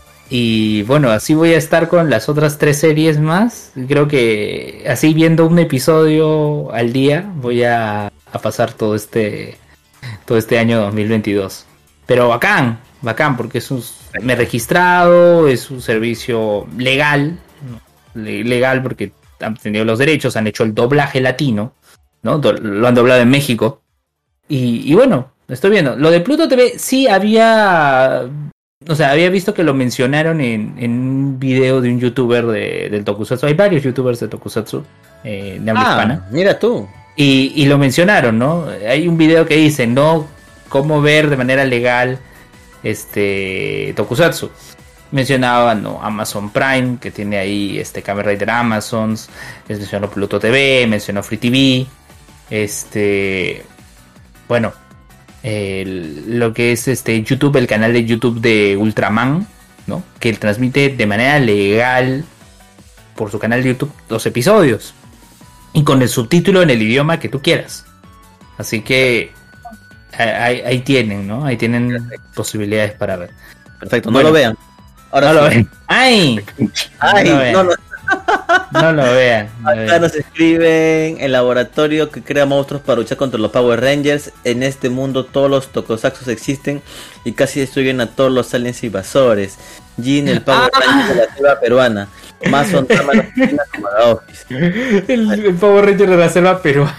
Y bueno, así voy a estar con las otras tres series más. Creo que así viendo un episodio al día voy a, a pasar todo este todo este año dos mil veintidós. Pero bacán, bacán, porque es un, me he registrado, es un servicio legal, ¿no? Le- legal porque han tenido los derechos, han hecho el doblaje latino, ¿no? Do- lo han doblado en México. Y, y bueno, estoy viendo. Lo de Pluto T V sí había... O sea, había visto que lo mencionaron en, en un video de un youtuber de, del Tokusatsu. Hay varios youtubers de Tokusatsu eh, de habla Ah, hispana. mira tú. Y, y lo mencionaron, ¿no? Hay un video que dice, ¿no? Cómo ver de manera legal este Tokusatsu. Mencionaban, ¿no? Amazon Prime, que tiene ahí este Kamen Rider Amazons. Les mencionó Pluto T V, mencionó Free T V. Este... Bueno, el- lo que es este YouTube, el canal de YouTube de Ultraman, ¿no? Que transmite de manera legal por su canal de YouTube los episodios y con el subtítulo en el idioma que tú quieras. Así que ahí, ahí tienen, ¿no? Ahí tienen posibilidades para ver. Perfecto, no Bueno. lo vean. Ahora No lo sí. ven. ¡Ay! Ay, No lo vean. no, no. No lo vean. No lo Acá vean. nos escriben: el laboratorio que crea monstruos para luchar contra los Power Rangers. En este mundo todos los tokusatsu existen y casi destruyen a todos los aliens invasores. Jin, el Power Ah. Ranger de la selva peruana. Más son Tama, la oficina como la Office. El, el Power Ranger de la selva peruana.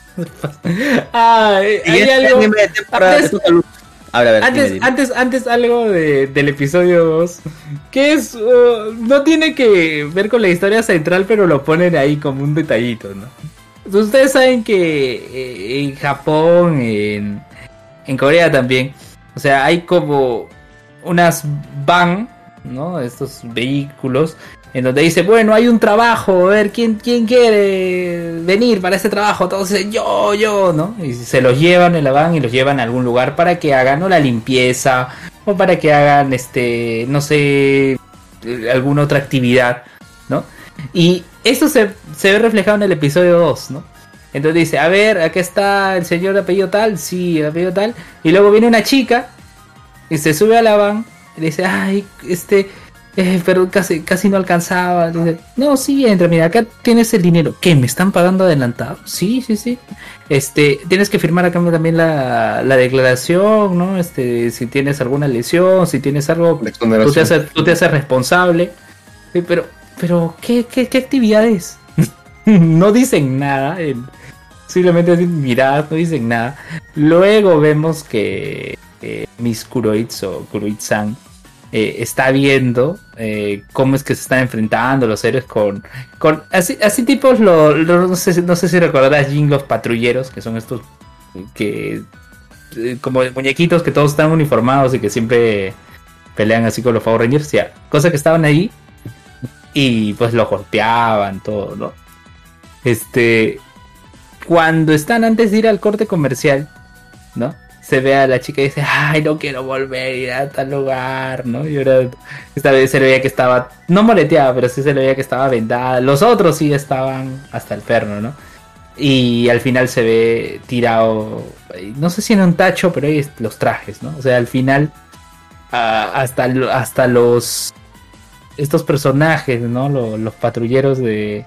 Ah, hay Siguiente algo. anime de temporada, Antes- te toca Luz. A ver, a ver, Antes, dime, dime. antes, antes algo de, del episodio dos, que es, uh, no tiene que ver con la historia central, pero lo ponen ahí como un detallito, ¿no? Ustedes saben que eh, en Japón, en, en Corea también, o sea, hay como unas van, ¿no? Estos vehículos, en donde dice, bueno, hay un trabajo, a ver, ¿quién, quién quiere venir para este trabajo? Todos dicen, yo, yo, ¿no? Y se los llevan en la van y los llevan a algún lugar para que hagan, ¿no?, la limpieza, o para que hagan, este, no sé, eh, alguna otra actividad, ¿no? Y esto se, se ve reflejado en el episodio dos, ¿no? Entonces dice, a ver, acá está el señor de apellido tal, sí, el apellido tal, y luego viene una chica y se sube a la van y le dice, ay, este... Eh, pero casi, casi no alcanzaba. Dice, no, sí, entra, mira, acá tienes el dinero. ¿Qué? ¿Me están pagando adelantado? Sí, sí, sí. Este, tienes que firmar acá también la, la declaración, ¿no? Este, si tienes alguna lesión, si tienes algo, La exoneración. tú te haces, tú te haces responsable. Sí, pero, pero, ¿qué, qué, qué actividades? No dicen nada. eh, Simplemente dicen miradas, no dicen nada. Luego vemos que eh, Miss Kuroitsu o Kuroitsan Eh, está viendo eh, cómo es que se están enfrentando los héroes con, con así, así tipos lo, lo- no sé si- no sé si recordarás Jin, los patrulleros, que son estos que eh, como muñequitos que todos están uniformados y que siempre pelean así con los Power Rangers, ya, cosa que estaban ahí y pues lo golpeaban todo, ¿no? Este, cuando están antes de ir al corte comercial, ¿no? Se ve a la chica y dice, ay, no quiero volver a ir a tal lugar, ¿no? Y ahora, esta vez se le veía que estaba, no moleteada, pero sí se le veía que estaba vendada. Los otros sí estaban hasta el perno, ¿no? Y al final se ve tirado, no sé si en un tacho, pero ahí es- los trajes, ¿no? O sea, al final, ah, hasta, lo- hasta los, estos personajes, ¿no? Los, los patrulleros de,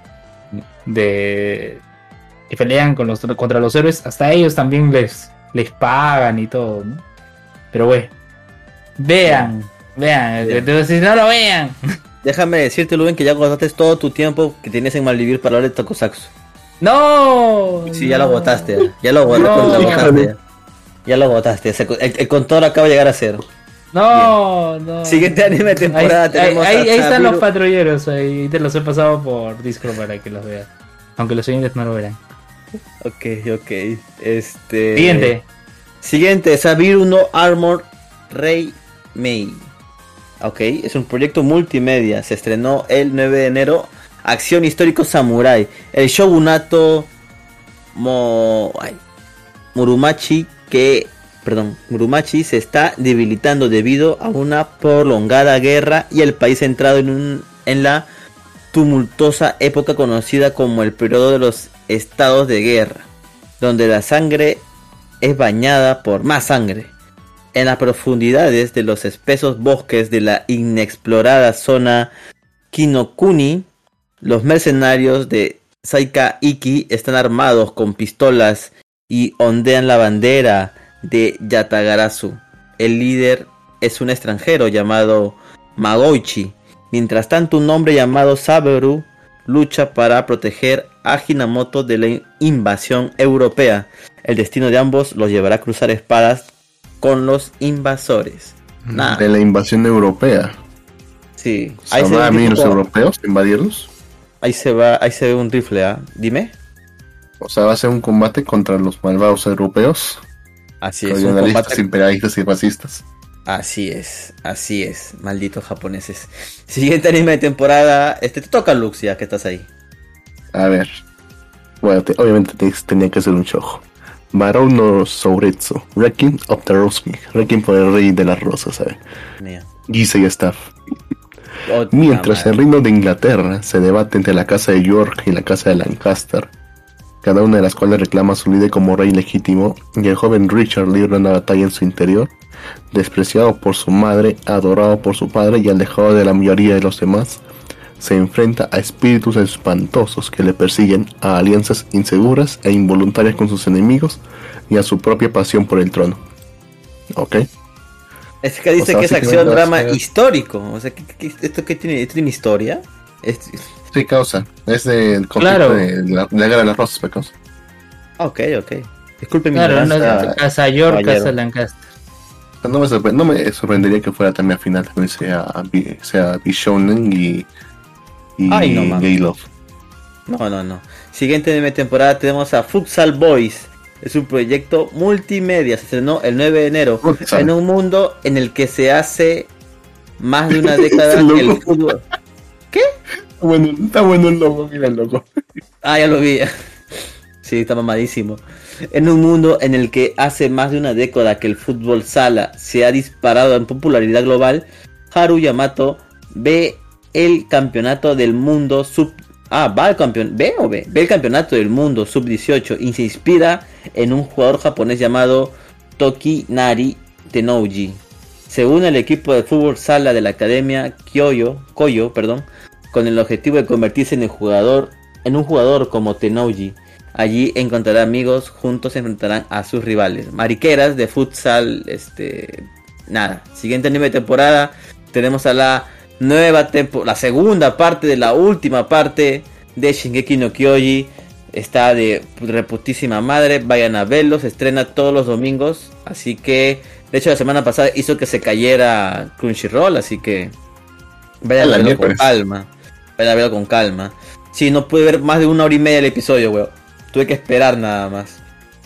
de, que pelean con los, contra los héroes, hasta ellos también les les pagan y todo, ¿no? Pero bueno, vean, vean, Bien. entonces, si no lo vean. Déjame decirte, Luven, que ya agotaste todo tu tiempo que tenías en Malvivir para hablar de Tokusatsu. No. Sí, ya no. lo agotaste. Ya lo, agotaste, No. lo agotaste. Ya, Ya lo agotaste. Se- El, el contador acaba de llegar a cero. No, no. Siguiente anime de Ahí, temporada ahí- tenemos ahí- a ahí están los Sabiru. patrulleros, ahí te los he pasado por Discord para que los vean. Aunque los oyentes no lo verán. Ok, ok. Este. Siguiente. Siguiente, Sabiru no Armor Rei Mei. Ok, es un proyecto multimedia. Se estrenó el nueve de enero. Acción histórico samurai. El shogunato Mo... ay, Murumachi que... Perdón, Murumachi se está debilitando debido a una prolongada guerra y el país ha entrado en, un, en la tumultuosa época conocida como el periodo de los estados de guerra, donde la sangre es bañada por más sangre. En las profundidades de los espesos bosques de la inexplorada zona Kinokuni, los mercenarios de Saika Iki están armados con pistolas y ondean la bandera de Yatagarasu. El líder es un extranjero llamado Magoichi. Mientras tanto, un hombre llamado Saberu lucha para proteger a Hinamoto de la invasión europea. El destino de ambos los llevará a cruzar espadas con los invasores. Nah, De la invasión europea. sí. Ahí se, ve ¿Sabrá a un mí los tipo- europeos invadirlos? ahí se va, ahí se ve un rifle, ¿ah? Dime. O sea, va a ser un combate contra los malvados europeos, Así es, un colonialistas, combate. imperialistas y racistas. Así es, así es, malditos japoneses. Siguiente anime de temporada, este te toca, Luxia, que estás ahí. A ver. Bueno, te- obviamente te- tenía que ser un shojo. Barón no Souretsu, Wrecking of the Rosemary, Wrecking por el rey de las rosas, ¿sabes? Mía. Gise y Staff. Oh, Mientras madre. el reino de Inglaterra se debate entre la casa de York y la casa de Lancaster, cada una de las cuales reclama su líder como rey legítimo, y el joven Richard libra una batalla en su interior, despreciado por su madre, adorado por su padre y alejado de la mayoría de los demás, se enfrenta a espíritus espantosos que le persiguen, a alianzas inseguras e involuntarias con sus enemigos y a su propia pasión por el trono. ¿Ok? Es que dice O sea, que es básicamente acción va a drama ser- histórico. O sea, ¿qué, qué- ¿esto qué tiene? ¿Esto tiene historia? Es- Sí, causa. Es del conflicto Claro. de la, de la guerra de las rosas, pues, causa. Ok, ok. Disculpe mi Claro, no, ignorancia, Casa York, caballero. Casa Lancaster. No me, sorpre- no me sorprendería que fuera también al final también sea, Bi- sea Bishonen y, y Ay, no, man. Gay Love. No, no, no. Siguiente anime temporada tenemos a Futsal Boys. Es un proyecto multimedia. Se estrenó el nueve de enero. Futsal. En un mundo en el que se hace más de una década Ese logo. el fútbol. Está bueno, está bueno el logo, mira el logo. Ah, ya lo vi. Sí, está mamadísimo. En un mundo en el que hace más de una década que el fútbol sala se ha disparado en popularidad global, Haru Yamato ve el campeonato del mundo sub... Ah, va al campeón... ¿Ve o ve? Ve el campeonato del mundo sub dieciocho y se inspira en un jugador japonés llamado Tokinari Tenouji. Se une al equipo de fútbol sala de la academia Kyoyo, Koyo, perdón, con el objetivo de convertirse en el jugador, en un jugador como Tenouji. Allí encontrará amigos, juntos se enfrentarán a sus rivales. Mariqueras de futsal, este, nada. Siguiente anime de temporada, tenemos a la nueva temporada, la segunda parte de la última parte de Shingeki no Kyoji. Está de reputísima madre, vayan a verlo, se estrena todos los domingos. Así que, de hecho la semana pasada hizo que se cayera Crunchyroll, así que vayan a La verlo con miércoles. calma. Vayan a verlo con calma. Sí, no pude ver más de una hora y media el episodio, weón. Tuve que esperar nada más.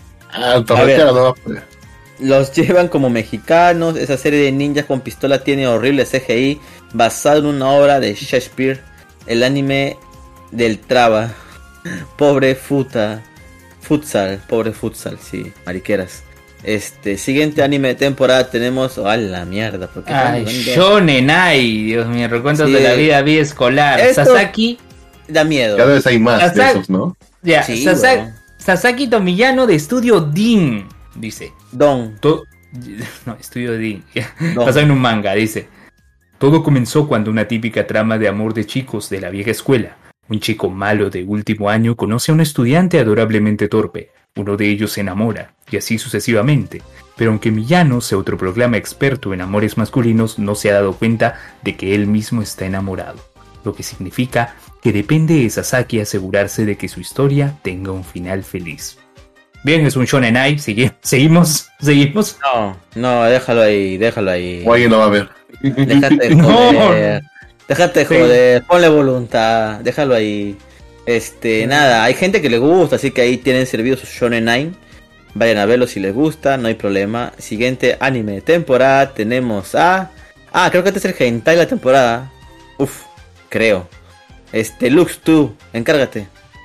Ah, A ver. no va a poder. Los llevan como mexicanos. Esa serie de ninjas con pistola tiene horrible C G I. Basado en una obra de Shakespeare. El anime del Traba. Pobre futa. Futsal. Pobre futsal, sí. Mariqueras. Este, siguiente anime de temporada tenemos... ¡A la mierda! ¿Por qué Ay, están dando- Shonen Ai, Dios mío, recuentos Sí. de la vida vida escolar. Esto- Sasaki, Da miedo. Cada vez hay más de Hasta- esos, ¿no? ya, Sí, Sasa- weón. Sasaki Tomiyano de Estudio Din, dice. Don. To- no, Estudio Din. Don. Basado en un manga, dice. Todo comenzó cuando una típica trama de amor de chicos de la vieja escuela. Un chico malo de último año conoce a un estudiante adorablemente torpe. Uno de ellos se enamora, y así sucesivamente. Pero aunque Miyano se autoproclama experto en amores masculinos, no se ha dado cuenta de que él mismo está enamorado. Lo que significa que depende de Sasaki asegurarse de que su historia tenga un final feliz. Bien, es un shonen ai, sigue- seguimos, seguimos. No, no, déjalo ahí, déjalo ahí. O alguien lo va a ver. Déjate de No. joder. Déjate de Sí. joder. Ponle voluntad. Déjalo ahí. Este, nada, hay gente que le gusta, así que ahí tienen servido su Shonen Nine. Vayan a verlo si les gusta, no hay problema. Siguiente anime de temporada tenemos a... Ah, creo que este es el hentai de la temporada. Uf, creo. Este, Lux, tú, encárgate.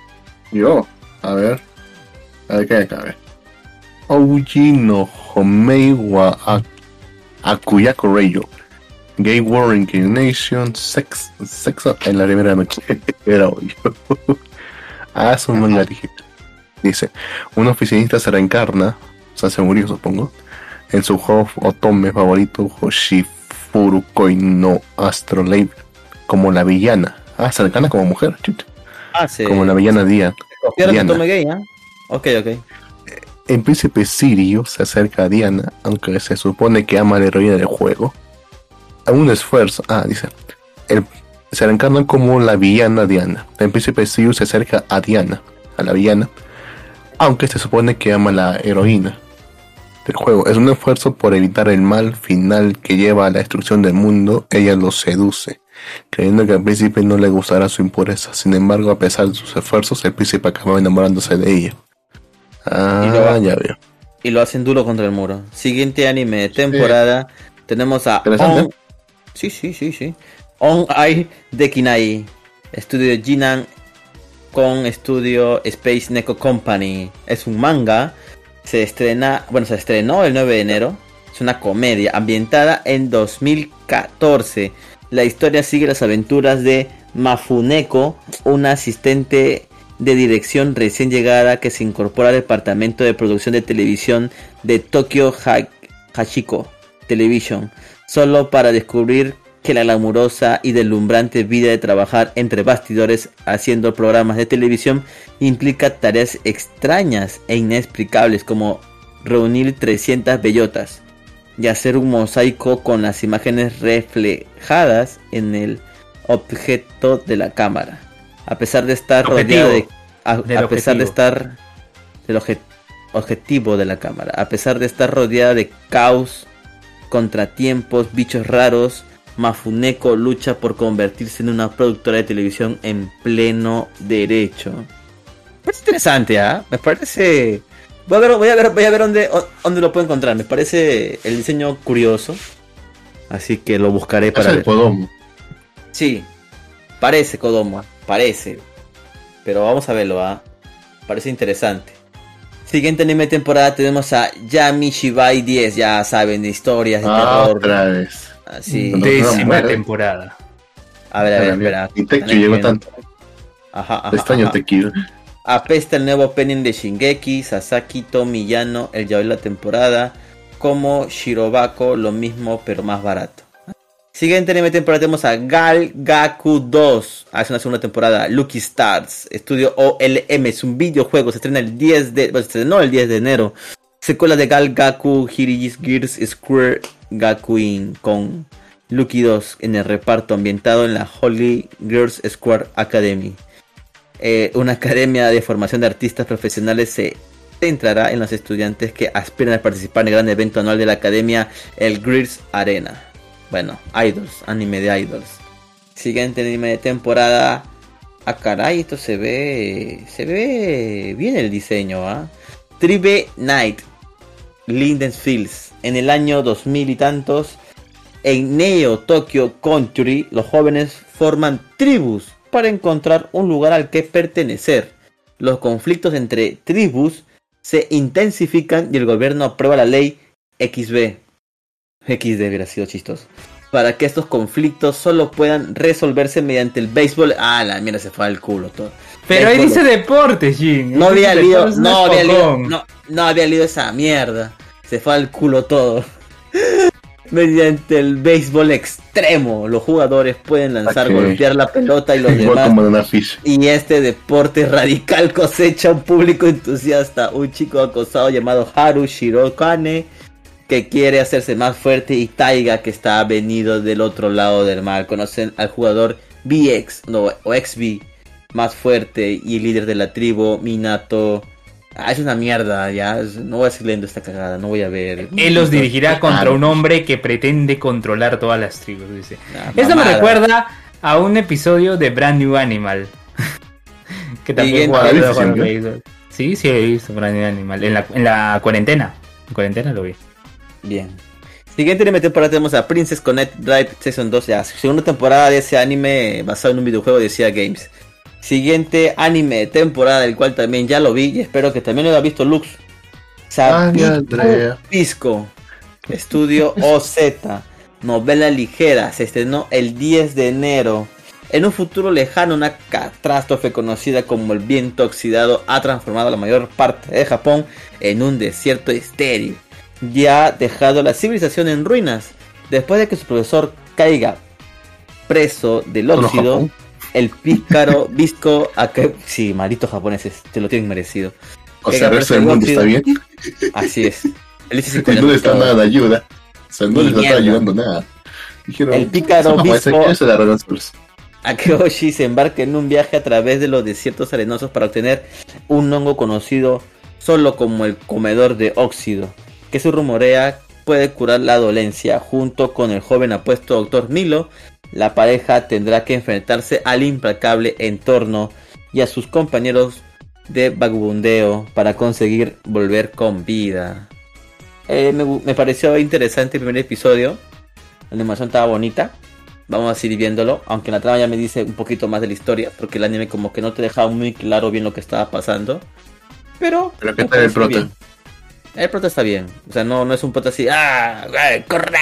Yo, a ver. A ver, ¿qué hay acá? A ver. Ouji no Homei wa A- Akuyako Reiyo. Gay War Reincarnation, sex, sexo en la primera noche. Era obvio. Ah, es un manga ligero. Dice, un oficinista se reencarna, o sea, se murió supongo, en su juego otome favorito, Hoshifurukoi no Astrolabe, como la villana. Ah, se reencarna como mujer, chucha. Ah, sí. Como la villana Dia. Copiaron Diana. Tome Gay, ¿ah? Ok, ok. El príncipe Sirio se acerca a Diana, aunque se supone que ama a la heroína del juego. A un esfuerzo, ah, dice, el, se reencarna como la villana Diana. El príncipe Sirio se acerca a Diana, a la villana, aunque se supone que ama a la heroína del juego. Es un esfuerzo por evitar el mal final que lleva a la destrucción del mundo. Ella lo seduce, creyendo que al príncipe no le gustará su impureza. Sin embargo, a pesar de sus esfuerzos, el príncipe acaba enamorándose de ella. Ah, Y lo va- ya veo. Y lo hacen duro contra el muro. Siguiente anime de temporada. Tenemos a Interesante. On... Sí, sí, sí, sí. On Ai de Kinai. Estudio Jinan con estudio Space Neko Company. Es un manga. Se estrena... Bueno, se estrenó el nueve de enero. Es una comedia ambientada en dos mil catorce. La historia sigue las aventuras de Mafuneko, una asistente de dirección recién llegada que se incorpora al departamento de producción de televisión de Tokyo Ha- Hachiko Television, solo para descubrir que la glamurosa y deslumbrante vida de trabajar entre bastidores haciendo programas de televisión implica tareas extrañas e inexplicables como reunir trescientas bellotas y hacer un mosaico con las imágenes reflejadas en el objeto de la cámara. A pesar de estar rodeada de a, a pesar de estar del obje, objetivo de la cámara, a pesar de estar rodeada de caos, contratiempos, bichos raros, Mafuneko lucha por convertirse en una productora de televisión en pleno derecho. Es interesante, ¿ah? ¿eh? Me parece. Voy a ver, voy a ver, voy a ver dónde, dónde lo puedo encontrar. Me parece el diseño curioso, así que lo buscaré para es el ver. Kodomo. Sí, parece Kodomo, parece. Pero vamos a verlo, ¿ah? ¿eh? Parece interesante. Siguiente anime temporada tenemos a Yami Shibai diez, ya saben, de historias de ah, terror. Otra vez. Así. No, no, Décima no, temporada. A ver, a ver, espera. Y Tekio llegó tanto. Ajá, ajá. Este año ajá. Tekio. Apesta el nuevo opening de Shingeki, Sasaki, Tomiyano, el yaoi de la temporada, como Shirobako, lo mismo pero más barato. Siguiente anime temporada tenemos a Gal Gaku dos, hace una segunda temporada, Lucky Stars, estudio O L M, es un videojuego, se estrena el diez de, bueno, se estrenó el diez de enero, secuela de Gal Gaku, Hiri's Gears Square Gakuin, con Lucky dos en el reparto ambientado en la Holy Girls Square Academy. Eh, una academia de formación de artistas profesionales se centrará en los estudiantes que aspiran a participar en el gran evento anual de la academia, el Girls Arena. Bueno, Idols, anime de Idols. Siguiente anime de temporada. Ah, caray, esto se ve. Se ve bien el diseño, ¿ah? ¿eh? Tribe Night, Linden Fields. En el año dos mil y tantos, en Neo Tokyo Country, los jóvenes forman tribus para encontrar un lugar al que pertenecer. Los conflictos entre tribus se intensifican y el gobierno aprueba la ley X B. X D hubiera sido chistoso. Para que estos conflictos solo puedan resolverse mediante el béisbol. Ah, la mierda, se fue al culo todo. Pero ahí Béisbol. dice deportes, Jin. No había leído, Deportes, no es había leído, Pocón. no, no había leído esa mierda. Se fue al culo todo. Mediante el béisbol extremo, los jugadores pueden lanzar, Ok. golpear la pelota y los Igual demás. como Banana Fish. Y este deporte radical cosecha un público entusiasta. Un chico acosado llamado Haru Shirokane, que quiere hacerse más fuerte, y Taiga, que está venido del otro lado del mar. Conocen al jugador B X, no, o X B, más fuerte y líder de la tribu, Minato. Ah, es una mierda, ya. No voy a seguir leyendo esta cagada, no voy a ver. Él los dirigirá contra Ah, un hombre que pretende controlar todas las tribus, dice. Ah, Eso me mamada. recuerda a un episodio de Brand New Animal. Que también Siguiente. jugaba ¿Lo viste juegos de siempre? béisbol. Sí, sí, he visto Brand New Animal. En la, en la cuarentena. En cuarentena lo vi. Bien. Siguiente anime temporada tenemos a Princess Connect Drive Season dos, ya segunda temporada de ese anime basado en un videojuego de Sia Games. Siguiente anime temporada, del cual también ya lo vi y espero que también lo haya visto Lux. Ay, Andrea. Pisco, estudio O Z, novela ligera, se estrenó el diez de enero. En un futuro lejano, una catástrofe conocida como el viento oxidado ha transformado la mayor parte de Japón en un desierto estéril, y ha dejado la civilización en ruinas. Después de que su profesor caiga preso del Solo óxido, Japón. el pícaro Visco, sí, malditos japoneses, te lo tienen merecido. O Caiga sea, el resto preso del del mundo está óxido. bien. Así es. Él dice Y no le está nada de ayuda. O sea, no Ni les está mierda. ayudando nada. Dijeron, El pícaro "Esa mamá, esa obispo- que se la arreglan solos". Akeoshi se embarca en un viaje a través de los desiertos arenosos para obtener un hongo conocido solo como el comedor de óxido, que se rumorea puede curar la dolencia. Junto con el joven apuesto doctor Milo, la pareja tendrá que enfrentarse al implacable entorno y a sus compañeros de vagabundeo para conseguir volver con vida. Eh, me, gu- me pareció interesante el primer episodio, la animación estaba bonita. Vamos a seguir viéndolo, aunque la trama ya me dice un poquito más de la historia, porque el anime como que no te dejaba muy claro bien lo que estaba pasando. Pero, Pero ¿qué me tal el pareció prota? bien. El prota está bien, o sea, no, no es un prota así, ah, ay, corre,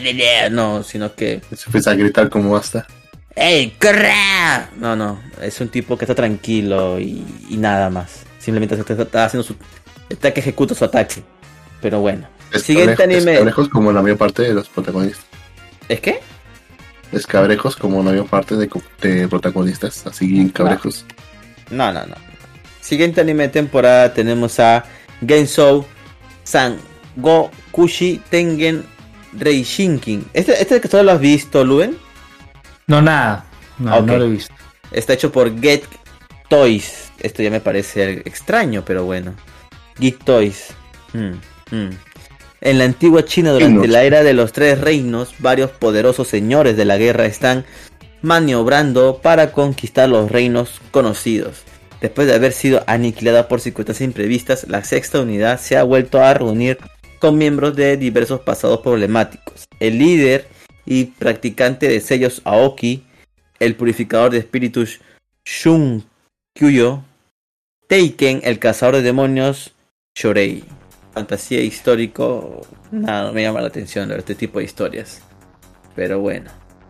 no, sino que, Se empieza a gritar como basta. hey, corre, no, no, es un tipo que está tranquilo y, y nada más, simplemente está, está haciendo su, está que ejecuta su ataque, pero bueno. Es Siguiente conejo- es anime, conejos como la mayor parte de los protagonistas. ¿es qué? Es cabrejos, como no había parte de, co- de protagonistas, así bien cabrejos. No, no, no. Siguiente anime de temporada tenemos a Gensou Sangokushi Tengen Reishinkin. Este, este que solo lo has visto, Luen. No, nada. No, Ok. no lo he visto. Está hecho por Get Toys. Esto ya me parece extraño, pero bueno. Geek Toys. Mm, mm. En la antigua China, durante Chinos. la era de los tres reinos, varios poderosos señores de la guerra están maniobrando para conquistar los reinos conocidos. Después de haber sido aniquilada por circunstancias imprevistas, la sexta unidad se ha vuelto a reunir con miembros de diversos pasados problemáticos. El líder y practicante de sellos Aoki, el purificador de espíritus Shun Kyuyo, Teiken, el cazador de demonios Shorei. Fantasía histórico, nada, no me llama la atención ver este tipo de historias. Pero bueno,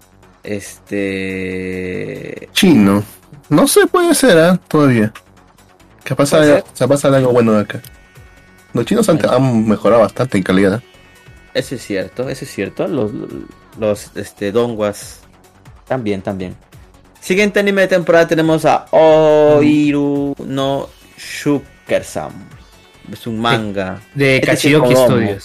este... Chino. No sé, puede ser, ¿ah? Todavía. Capaz ¿Puede haya- ser? se pasa algo bueno de acá. Los chinos han, han mejorado bastante en calidad. ¿eh? Eso es cierto, eso es cierto. Los, los este, donguas también, también. Siguiente anime de temporada tenemos a Oiru no Shukersam. Es un manga. De Este Kachiyoki sí es Kodomo. Studios.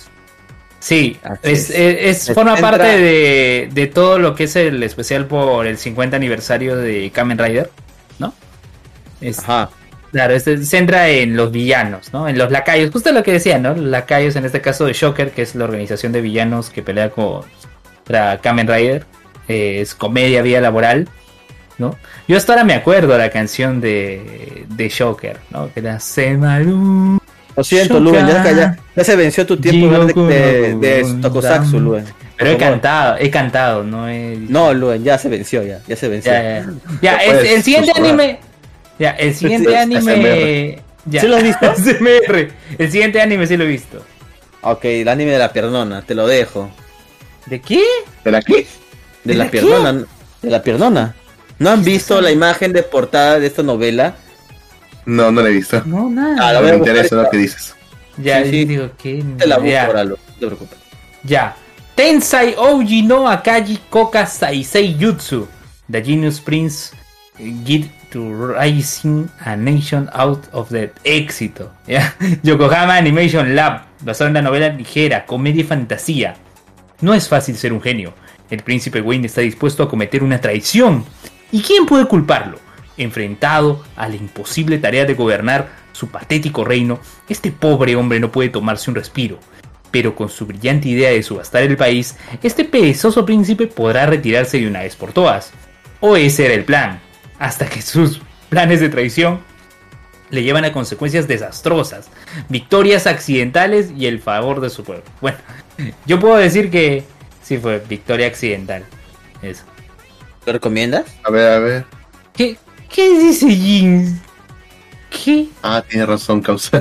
Sí, Así es, es. es- es- Se forma centra- parte de, de todo lo que es el especial por el cincuenta aniversario de Kamen Rider, ¿no? Es- Ajá. Claro, este se centra en los villanos, ¿no? En los lacayos, justo lo que decía, ¿no? Los lacayos, en este caso de Shocker, que es la organización de villanos que pelea contra Kamen Rider. Eh, es comedia vía laboral, ¿no? Yo hasta ahora me acuerdo la canción de, de Shocker, ¿no? Que era Semaru. Lo siento, Shuka. Luen, ya, ya, ya se venció tu tiempo de, Jigoku de, no de Gundam. Tokusatsu, Luen. Pero he Por favor. cantado, he cantado, no he... No, Luen, ya se venció, ya, ya se venció. Ya, ya, ya. No el, puedes el siguiente susurrar. anime... Ya, el siguiente Sí, anime... S M R. Ya. ¿Sí lo has visto? S M R. El siguiente anime sí lo he visto. Ok, el anime de la piernona, te lo dejo. ¿De qué? ¿Pero aquí? De ¿De la qué? piernona, de la piernona. ¿No han visto la imagen de portada de esta novela? No, no lo he visto. No, Ah, nada. la No voy me a buscar interesa esta. lo que dices. Ya, Sí, sí. digo, ¿qué? Te la busco ya, ahora, Luen, no te preocupes. ya. Tensai Ouji no Akaji Koka Saisei Jutsu. The Genius Prince Guide to Rising a Nation Out of the Éxito. ¿Ya? Yokohama Animation Lab. Basado en la novela ligera, comedia y fantasía. No es fácil ser un genio. El príncipe Wayne está dispuesto a cometer una traición. ¿Y quién puede culparlo? Enfrentado a la imposible tarea de gobernar su patético reino, este pobre hombre no puede tomarse un respiro. Pero con su brillante idea de subastar el país, este perezoso príncipe podrá retirarse de una vez por todas. O ese era el plan, hasta que sus planes de traición le llevan a consecuencias desastrosas, victorias accidentales y el favor de su pueblo. Bueno, yo puedo decir que sí fue victoria accidental. Eso. ¿Lo recomiendas? A ver, a ver. ¿Qué, qué dice Jin? ¿Qué? Ah, tiene razón, causa.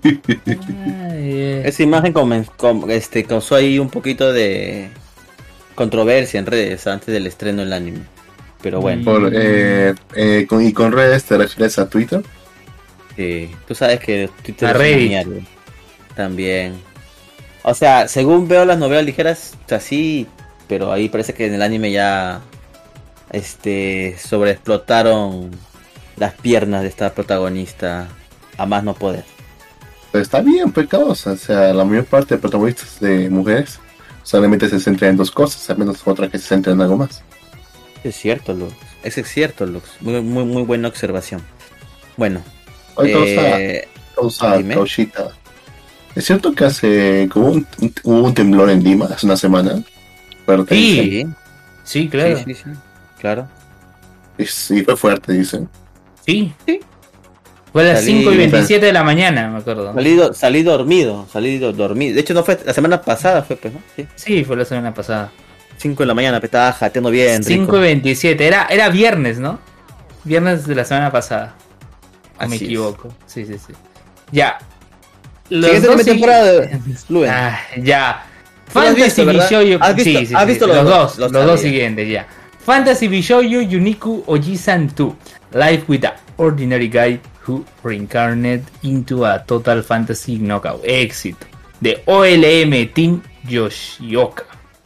Ay, Esa imagen comen- com- este, causó ahí un poquito de controversia en redes antes del estreno del anime. Pero bueno, Por, eh, eh, con- y con redes te refieres a Twitter. sí, tú sabes que Twitter A es un Reddit. maniaco. También. O sea, según veo las novelas ligeras, o sea, sí, pero ahí parece que en el anime ya este sobreexplotaron las piernas de esta protagonista a más no poder. Pero está bien, pecados. O sea, la mayor parte de protagonistas de mujeres solamente se centran en dos cosas, al menos otra que se centra en algo más. Es cierto, Lux. Eso es cierto, Lux. Muy, muy, muy buena observación. Bueno, Hoy causa, eh, causa dime. causita. Es cierto que hace que hubo un, un- hubo un temblor en Lima hace una semana. Fuerte, Sí. dicen. sí, claro. sí, sí, sí, claro. Y sí, fue fuerte, dicen. Sí. Sí. Fue a las Salí- cinco y veintisiete de la mañana, me acuerdo. Salí, do- salí dormido, salí do- dormido. De hecho, no fue la semana pasada, fue pues, ¿no? Sí. Sí, fue la semana pasada. cinco de la mañana, pero estaba jateando bien, cinco rico. y veintisiete. Era, era viernes, ¿no? Viernes de la semana pasada. O me Así es. equivoco. Sí, sí, sí. Ya. Los Siguiente dos anime sigui- temporada de Luen. Ah, ya. Tú lo has Fantasy visto, ¿verdad? Bishoujo. ¿Has visto- sí, sí, has sí, visto los, los dos? dos? Los, Los dos sabía. siguientes, ya. Fantasy Bishoujo Yuniku Oji-san dos. Life with an ordinary guy who reincarnated into a total fantasy knockout. Éxito. De O L M Team Yoshioka.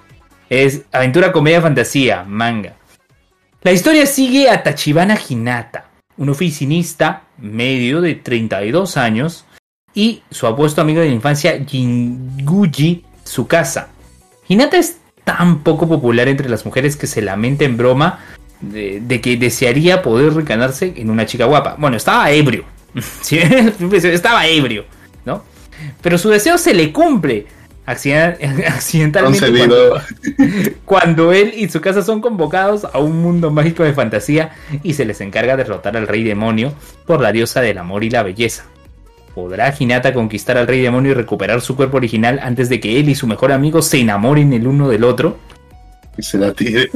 Es aventura, comedia, fantasía, manga. La historia sigue a Tachibana Hinata, un oficinista medio de treinta y dos años, y su apuesto amigo de la infancia, Jinguji Tsukasa. Hinata es tan poco popular entre las mujeres que se lamenta en broma de, de que desearía poder reencarnarse en una chica guapa. Bueno, estaba ebrio. ¿Sí? Estaba ebrio, ¿no? Pero su deseo se le cumple accident- accidentalmente cuando, cuando él y su casa son convocados a un mundo mágico de fantasía y se les encarga derrotar al rey demonio por la diosa del amor y la belleza. ¿Podrá Hinata conquistar al rey demonio y recuperar su cuerpo original antes de que él y su mejor amigo se enamoren el uno del otro? Y se la tire.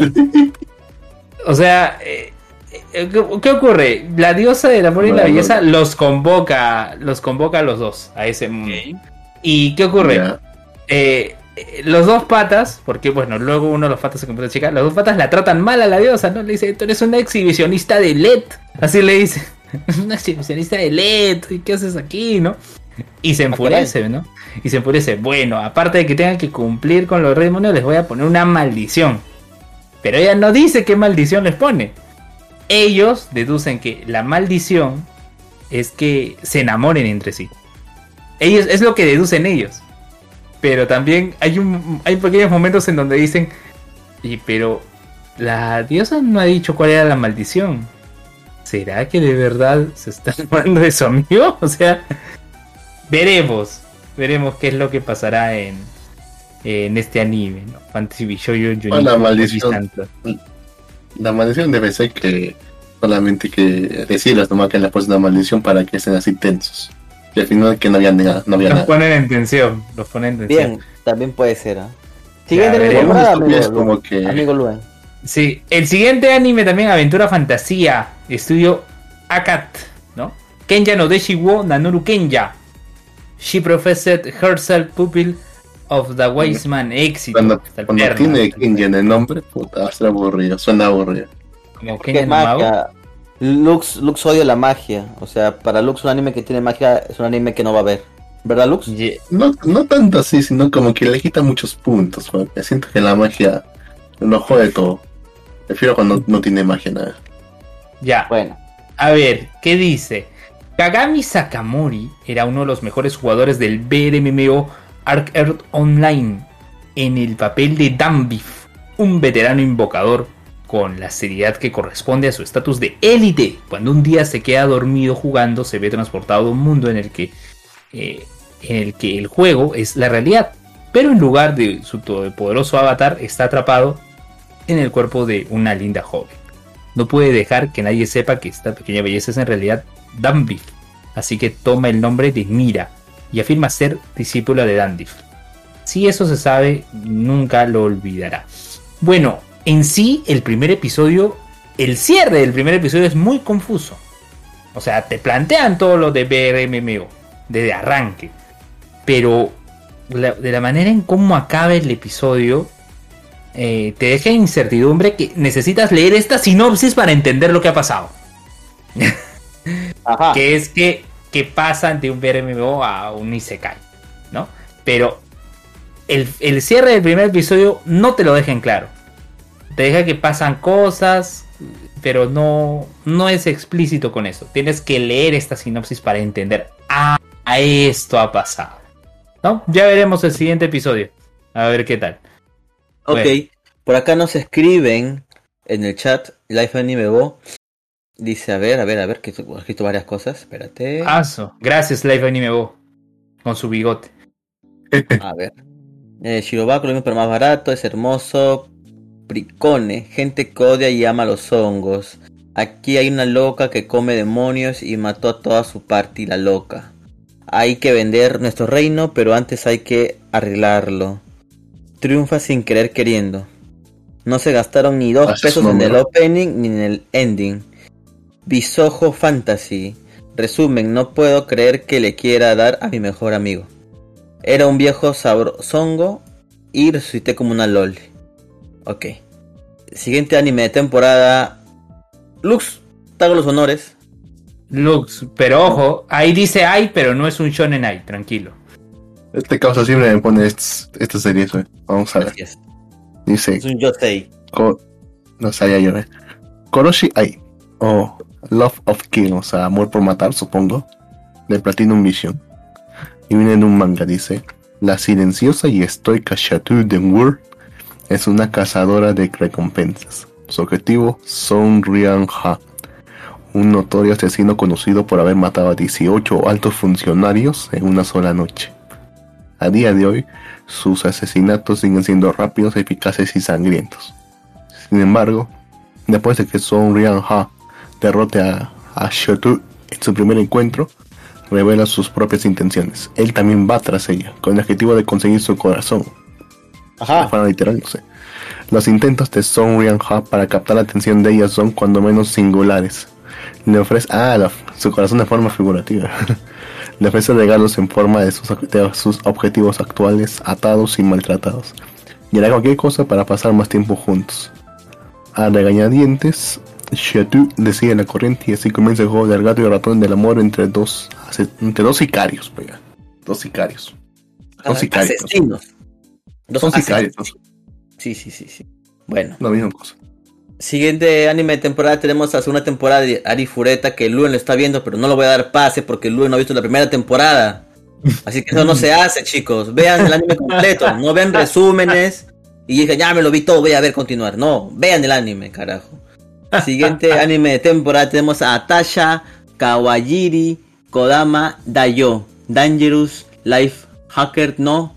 O sea, eh, eh, ¿qué, ¿qué ocurre? La diosa del amor y la belleza los convoca, los convoca a los dos a ese mundo. Okay. ¿Y qué ocurre? Yeah. Eh, los dos patas, porque bueno, luego uno de los patas se convierte en chica, los dos patas la tratan mal a la diosa, ¿no? Le dice, tú eres una exhibicionista de L E D, así le dice. Una exhibicionista de L E D, ¿y qué haces aquí, no? Y se enfurece, ¿no? Y se enfurece, bueno, aparte de que tengan que cumplir con los reyes demonios, les voy a poner una maldición. Pero ella no dice qué maldición les pone. Ellos deducen que la maldición es que se enamoren entre sí. Ellos, es lo que deducen ellos. Pero también hay un hay pequeños momentos en donde dicen, y pero la diosa no ha dicho cuál era la maldición. ¿Será que de verdad se está enamorando de su amigo? O sea, veremos. Veremos qué es lo que pasará en, en este anime, ¿no? Fantasy Bishoujo Unique. Oh, la maldición. La maldición debe ser que solamente que decirles nomás que le pones una maldición para que estén así tensos. Y al final que no había nada. No había los nada. ponen en tensión. Los ponen en tensión. Bien, también puede ser. ¿eh? Siguiente temporada, amigo, como que... amigo Luen. Sí, el siguiente anime también, aventura fantasía, estudio Akat, ¿no? Kenya no Deshi wo Nanoru Kenya. She professed herself pupil of the wise man. Éxito. Cuando, cuando perna, tiene Kenya en el nombre, puta, va a ser aburrido, suena aburrido. Como Kenya no magia. Lux, Lux odia la magia, o sea, para Lux un anime que tiene magia es un anime que no va a ver. ¿Verdad, Lux? Yeah. No, no tanto así, sino como que le quita muchos puntos, porque siento que la magia lo jode todo. Prefiero cuando no tiene magia nada. Ya. Bueno. A ver, ¿qué dice? Kagami Sakamori era uno de los mejores jugadores del B R M M O Arc Earth Online en el papel de Danbif, un veterano invocador con la seriedad que corresponde a su estatus de élite. Cuando un día se queda dormido jugando, se ve transportado a un mundo en el que eh, en el que el juego es la realidad, pero en lugar de su todopoderoso avatar está atrapado en el cuerpo de una linda joven. No puede dejar que nadie sepa que esta pequeña belleza es en realidad Danbif, así que toma el nombre de Mira y afirma ser discípula de Danbif. Si eso se sabe, nunca lo olvidará. Bueno, en sí, el primer episodio, el cierre del primer episodio es muy confuso. O sea, te plantean todo lo de B R M M O desde arranque, pero la, de la manera en cómo acaba el episodio, Eh, te deja incertidumbre que necesitas leer esta sinopsis para entender lo que ha pasado. Ajá. Que es que, que pasan de un B R M M O a un Isekai, ¿no? Pero el, el cierre del primer episodio no te lo deja en claro. Te deja que pasan cosas, pero no, no es explícito con eso. Tienes que leer esta sinopsis para entender. Ah, esto ha pasado, ¿no? Ya veremos el siguiente episodio. A ver qué tal. Ok, bueno. Por acá nos escriben en el chat, Life Anime Bo. Dice, a ver, a ver, a ver, que he escrito varias cosas, espérate. Aso, gracias Life Anime Bo, con su bigote. A ver. Eh, Shirobako, lo mismo pero más barato, es hermoso. Pricone, gente que odia y ama los hongos. Aquí hay una loca que come demonios y mató a toda su party, la loca. Hay que vender nuestro reino, pero antes hay que arreglarlo. Triunfa sin querer queriendo. No se gastaron ni dos pesos en el opening ni en el ending. Bisojo Fantasy. Resumen, no puedo creer que le quiera dar a mi mejor amigo. Era un viejo sabrosongo y resucité como una loli. Ok. Siguiente anime de temporada. Lux, te hago los honores. Lux, pero ojo, ahí dice ay, pero no es un shonen ai, tranquilo. Este causa siempre me pone estas esta series, wey. Vamos a ver. Dice, Es un yosei. Ko- no sabía yo, eh. Koroshi Ai, o Love of Kill, o sea, amor por matar, supongo, de Platinum Vision. Y viene en un manga, dice, la silenciosa y estoica Chateau de World es una cazadora de recompensas. Su objetivo, Song Ryan-ha, un notorio asesino conocido por haber matado a dieciocho altos funcionarios en una sola noche. A día de hoy, sus asesinatos siguen siendo rápidos, eficaces y sangrientos. Sin embargo, después de que Song Ryan-ha derrote a, a Chateau en su primer encuentro, revela sus propias intenciones. Él también va tras ella, con el objetivo de conseguir su corazón. Ajá. De forma literal, no sé. Los intentos de Song Ryan-ha para captar la atención de ella son cuando menos singulares. Le ofrece, ah, la, su corazón de forma figurativa. Le ofrece regalos en forma de sus, de sus objetivos actuales, atados y maltratados. Y hará cualquier cosa para pasar más tiempo juntos. A regañadientes, Chateau decide la corriente y así comienza el juego del gato y el ratón del amor entre dos, entre dos sicarios, pues ya. Dos sicarios. Son sicarios. Asesinos. Dos Son asesinos. sicarios. Sí, sí, sí, sí. Bueno. La misma cosa. Siguiente anime de temporada tenemos la segunda temporada de Ari Fureta, que Luen lo está viendo, pero no lo voy a dar pase porque Luen no ha visto la primera temporada. Así que eso no se hace, chicos. Vean el anime completo, no vean resúmenes y digan, ya me lo vi todo, voy a ver continuar. No, vean el anime, carajo. Siguiente anime de temporada tenemos a Atasha Kawajiri Kodama Dayo Dangerous Life Hacker no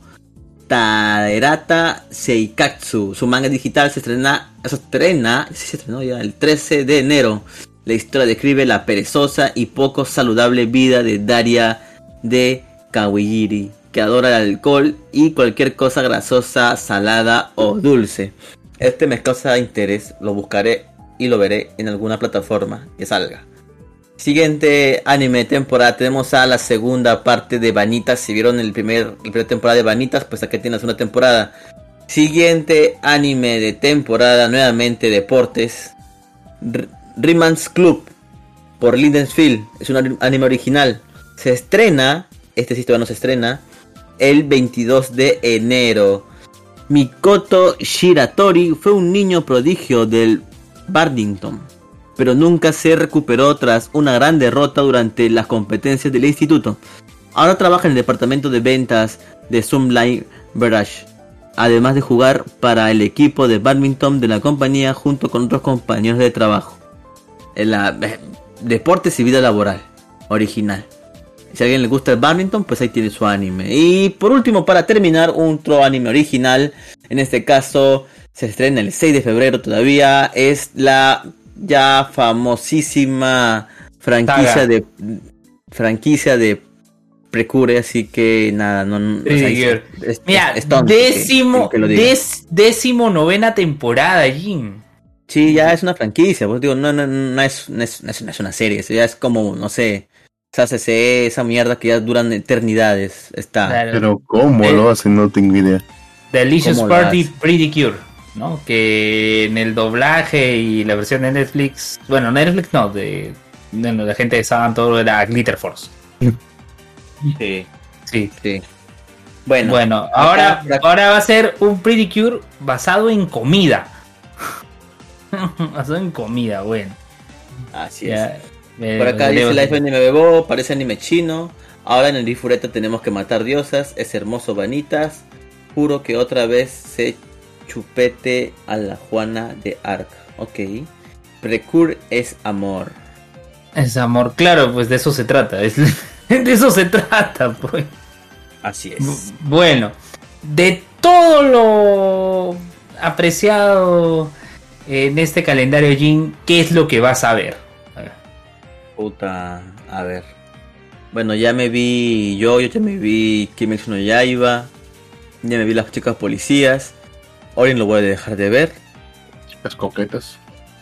Taderata Seikatsu. Su manga digital se estrena, se estrena, sí, se estrenó ya el trece de enero. La historia describe la perezosa y poco saludable vida de Daria de Kawajiri, que adora el alcohol y cualquier cosa grasosa, salada o dulce. Este me causa interés, lo buscaré y lo veré en alguna plataforma que salga. Siguiente anime de temporada tenemos a la segunda parte de Vanitas. Si vieron el primer, la primera temporada de Vanitas, pues aquí tienes una temporada. Siguiente anime de temporada, nuevamente deportes. R- Rieman's Club por Lindensfield, es un anime original. Se estrena, este sí todavía no se estrena, el veintidós de enero. Mikoto Shiratori fue un niño prodigio del Badminton, pero nunca se recuperó tras una gran derrota durante las competencias del instituto. Ahora trabaja en el departamento de ventas de Sunlight Barrage, además de jugar para el equipo de badminton de la compañía junto con otros compañeros de trabajo. En la eh, deportes y vida laboral original. Si a alguien le gusta el badminton, pues ahí tiene su anime. Y por último, para terminar, otro anime original, en este caso se estrena el seis de febrero todavía, es la ya famosísima franquicia Saga. de franquicia de Precure, así que nada, no, no Sí, o sea, Gear. es- es- Mira, es tonto décimo, que- que lo diga. des- décimo novena temporada, Jin. Sí, ya es una franquicia, pues digo, no, no, no es, no es, no es, no es una serie, eso ya es como, no sé, esa C C, esa mierda que ya duran eternidades, está. Claro. Pero ¿cómo Eh, lo hacen? No tengo idea. Delicious ¿Cómo lo Party hace? Pretty Cure, ¿no? Que en el doblaje y la versión de Netflix, bueno, Netflix no, de, de la gente de Saban todo era Glitter Force. Sí, Sí. sí. Bueno, Bueno, acá- ahora, acá- ahora va a ser un Pretty Cure basado en comida. Basado en comida, bueno. así Ya, es. eh, Por acá leo- dice Life Anime Bebo, parece anime chino. Ahora en el Rifureta tenemos que matar diosas, es hermoso Vanitas. Juro que otra vez se chupete a la Juana de Arc. Ok. Precure es amor. Es amor, claro, pues de eso se trata. Es, de eso se trata, pues. Así es. Bu- Bueno, de todo lo apreciado en este calendario Jin, ¿qué es lo que vas a ver? A ver. Puta, a ver. Bueno, ya me vi yo, yo ya me vi Kimetsu no Yaiba. Ya me vi las chicas policías. Orin lo voy a dejar de ver. Chicas coquetas.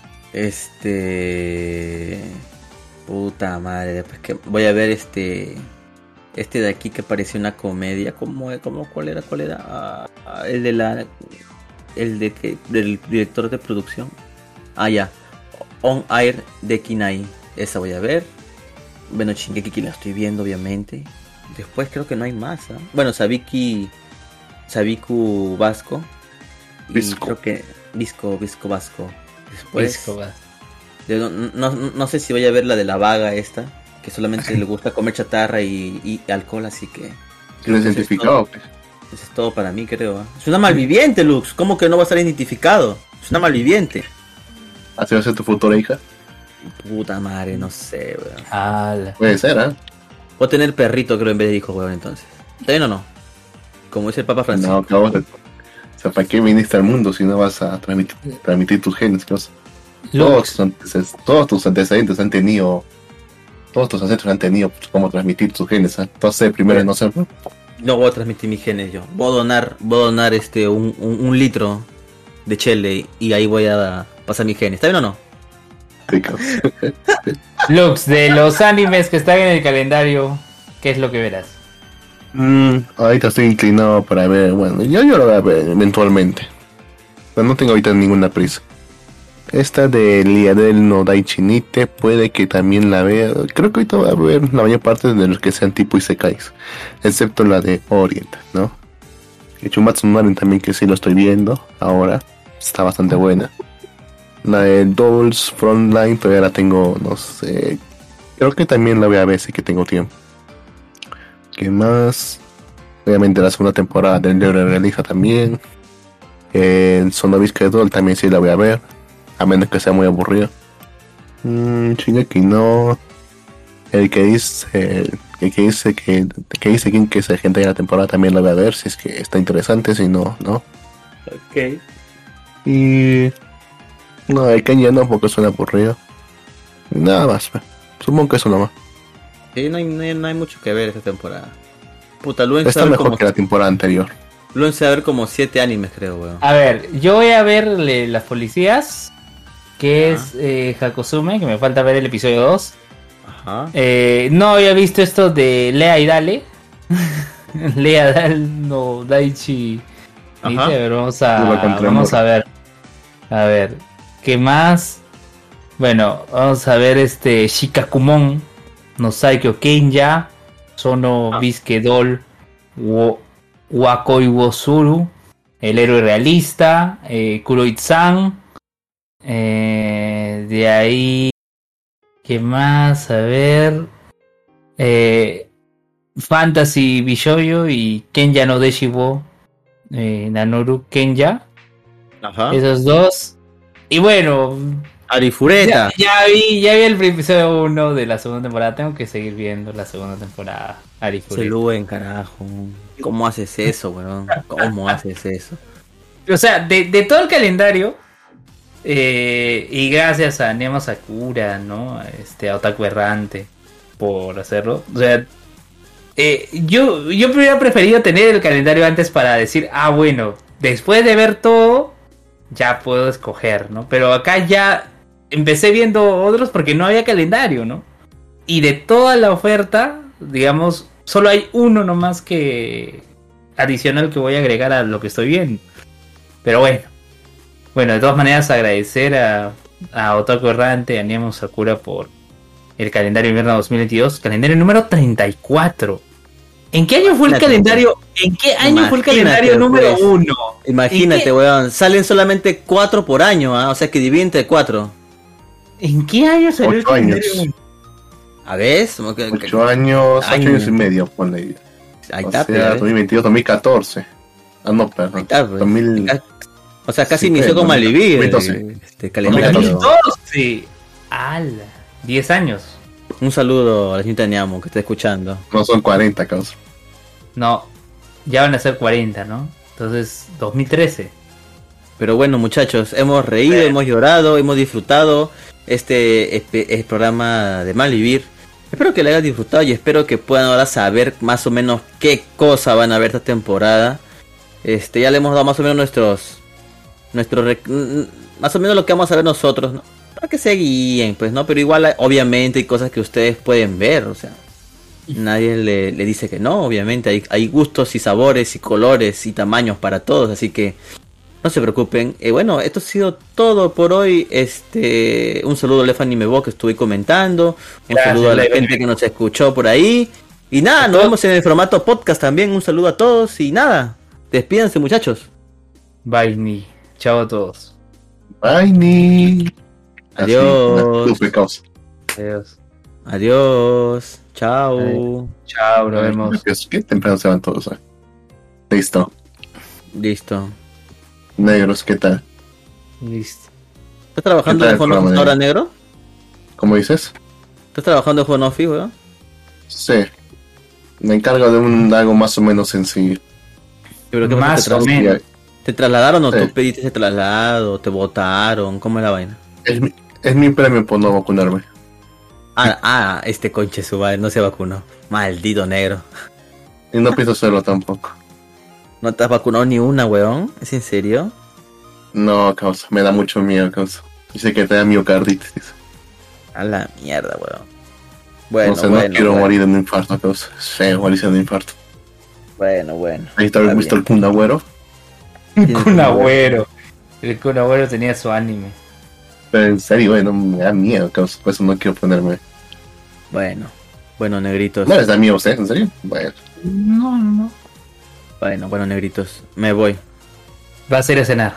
Este... Puta madre, después que voy a ver este... Este de aquí que parecía una comedia. ¿Cómo, cómo cuál era? ¿Cuál era? Ah, ah, el de la... El de que... Del director de producción. Ah, ya. On Air de Kinai. Esa voy a ver. Bueno, Shingeki la estoy viendo, obviamente. Después creo que no hay más. ¿Ah? Bueno, Sabiki... Sabiku Vasco. Y Visco. creo que Visco, Visco Vasco. Después, Visco, va. yo no, no, no- no sé si voy a ver la de la vaga esta, que solamente le gusta comer chatarra y, y alcohol, así que... ¿Quién es Eso es identificado? todo. Eso es todo para mí, creo. ¿eh? Es una malviviente, Lux. ¿Cómo que no va a estar identificado? Es una malviviente. ¿Así va a ser tu futura hija? Puta madre, no sé, weón. Ala. Puede ser, ¿ah? Voy a tener perrito, creo, en vez de hijo, weón, entonces. ¿Está bien o no? Como dice el Papa Francisco. No, acabas de... O sea, ¿para qué viniste al mundo si no vas a transmitir, transmitir tus genes? ¿Qué vas- Todos, Lux, tus antecedentes, todos tus antecedentes han tenido... Todos tus ancestros han tenido pues, cómo transmitir tus genes. ¿ah? Entonces, primero no sé... No voy a transmitir mis genes yo. Voy a donar, voy a donar este un, un, un litro de chele y ahí voy a pasar mis genes. ¿Está bien o no? Lux, de los animes que están en el calendario, ¿qué es lo que verás? Mm, ahorita estoy inclinado para ver... Bueno, yo, yo lo voy a ver eventualmente. Pero no tengo ahorita ninguna prisa. Esta de Liadel no Daichinite puede que también la vea. Creo que ahorita voy a ver la mayor parte de los que sean tipo Isekais. Excepto la de Orient, ¿no? Y Chumatsu no Aren también, que sí lo estoy viendo ahora. Está bastante buena. La de Dolls Frontline todavía la tengo, no sé. Creo que también la voy a ver si que tengo tiempo. ¿Qué más? Obviamente la segunda temporada del Libro de Realija también. El Sonovisque Doll también sí la voy a ver. A menos que sea muy aburrido. Mmm, Shingeki no. El que dice. El que dice que. Que dice quién que es el gente de la temporada también la voy a ver. Si es que está interesante. Si no, no. Ok. Y. No, el Kenya no, porque suena aburrido. Nada más. pues. Supongo que eso nomás. Sí, no hay, no hay, no hay mucho que ver esta temporada. Puta, Luen Está sabe mejor como, que la temporada anterior. Luen sabe ver como siete animes, creo, weón. A ver, yo voy a ver le- Las Policías, que Ajá. es eh, Hakosume, que me falta ver el episodio dos. Ajá. Eh, no había visto esto de Lea y Dale. Lea Dal no Daichi. Ajá. Dice, a ver, vamos Yo lo a, encontré vamos muy- a ver. A ver, ¿qué más? Bueno, vamos a ver este Shikakumon no Saikyo Kenya, Sono Ah. Bisque Doll, Wo- Wakoi Wosuru, El héroe realista, eh, Kuroitsan. Eh, de ahí, ¿qué más? A ver, eh, Fantasy Bishoyo y Kenya no Deshibo, eh, Nanoru Kenya. Ajá. Esos dos. Y bueno, Arifureta. ya, ya vi, ya vi el episodio uno de la segunda temporada. Tengo que seguir viendo la segunda temporada. Se Arifureta. Luen, carajo. ¿Cómo haces eso, weón? ¿Cómo haces eso? O sea, de, de todo el calendario. eh, y gracias a Nemo Sakura, ¿no? A Este, a Otaku Errante por hacerlo. O sea, eh, yo, yo hubiera preferido tener el calendario antes para decir, ah, bueno, después de ver todo, ya puedo escoger, ¿no? Pero acá ya empecé viendo otros porque no había calendario, ¿no? Y de toda la oferta, digamos, solo hay uno nomás que adicional que voy a agregar a lo que estoy viendo. Pero bueno. Bueno, de todas maneras agradecer a, a Otaku Errante, a Nemo Sakura por el calendario invierno dos mil veintidós, calendario número treinta y cuatro. ¿En qué año fue el Imagínate, calendario? ¿En qué año fue el Imagínate, calendario número pues. uno? Imagínate, ¿En qué, weón. Salen solamente cuatro por año, ¿ah? O sea que divide entre cuatro. ¿En qué año salió el Ocho calendario años. uno? A ver, como que- que- Ocho años, ocho Ay, años y medio, ponle. ahí O está, sea, pero, dos mil veintidós, dos mil catorce. Ah, no, perdón. ahí está, pues. dos mil... O sea, casi Sí, inició pues, con Malvivir. dos mil doce. Este calendario. dos mil doce. doce. ¡Hala! diez años. Un saludo a la señorita Niamo que está escuchando. No son cuarenta, cabrón. No, ya van a ser cuarenta, ¿no? Entonces, dos mil trece. Pero bueno, muchachos, hemos reído, hemos llorado, hemos disfrutado este, este, este programa de Malvivir. Espero que le hayan disfrutado y espero que puedan ahora saber más o menos qué cosa van a ver esta temporada. Este, ya le hemos dado más o menos nuestros, nuestros, rec- mm, más o menos lo que vamos a ver nosotros, ¿no? Para que se guíen, pues, ¿no? Pero igual, obviamente, hay cosas que ustedes pueden ver, o sea, nadie le, le dice que no, obviamente, hay, hay gustos y sabores y colores y tamaños para todos, así que no se preocupen. Eh, bueno, esto ha sido todo por hoy. Este, un saludo a Lefany Mebo que estuve comentando, un Gracias, saludo a la Lefany. gente que nos escuchó por ahí. Y nada, nos vemos en el formato podcast también. Un saludo a todos y nada, despídense, muchachos. Bye, me. Chao a todos. Bye, ni. Adiós. Así, causa. Adiós. Adiós. Chao. Chao, nos vemos. Qué temprano se van todos. ¿Eh? Listo. Listo. Negros, ¿qué tal? Listo. ¿Estás trabajando ¿Qué en tal, Home Office programa, ahora, negro? ¿Cómo dices? ¿Estás trabajando en Home Office, weón? Sí. Me encargo de un algo más o menos sencillo. ¿Pero qué Más pasó? o ¿Te, tra- menos. ¿Te trasladaron o Sí. tú pediste ese traslado? ¿Te votaron? ¿Cómo es la vaina? Es mi, es mi premio por no vacunarme. Ah, ah, este conche su madre no se vacunó. Maldito negro. Y no pienso hacerlo tampoco. ¿No te has vacunado ni una, weón? ¿Es en serio? No, causa. Me da mucho miedo, causa. Dice que te da miocarditis. Dice. A la mierda, weón. Bueno, o sea, bueno, no quiero bueno, morir de un infarto, causa. Es feo morirse de un infarto. bueno, bueno. Ahí está, Está ¿visto bien. el Kun Agüero? El Kun Agüero. El Kun Agüero tenía su anime. Pero en serio, bueno, me da miedo, causa. Por eso no quiero ponerme. Bueno, bueno, negritos. ¿No les da miedo a ustedes? ¿En serio? Bueno. No, no, no. Bueno, bueno, negritos. Me voy. Va a ser a cenar.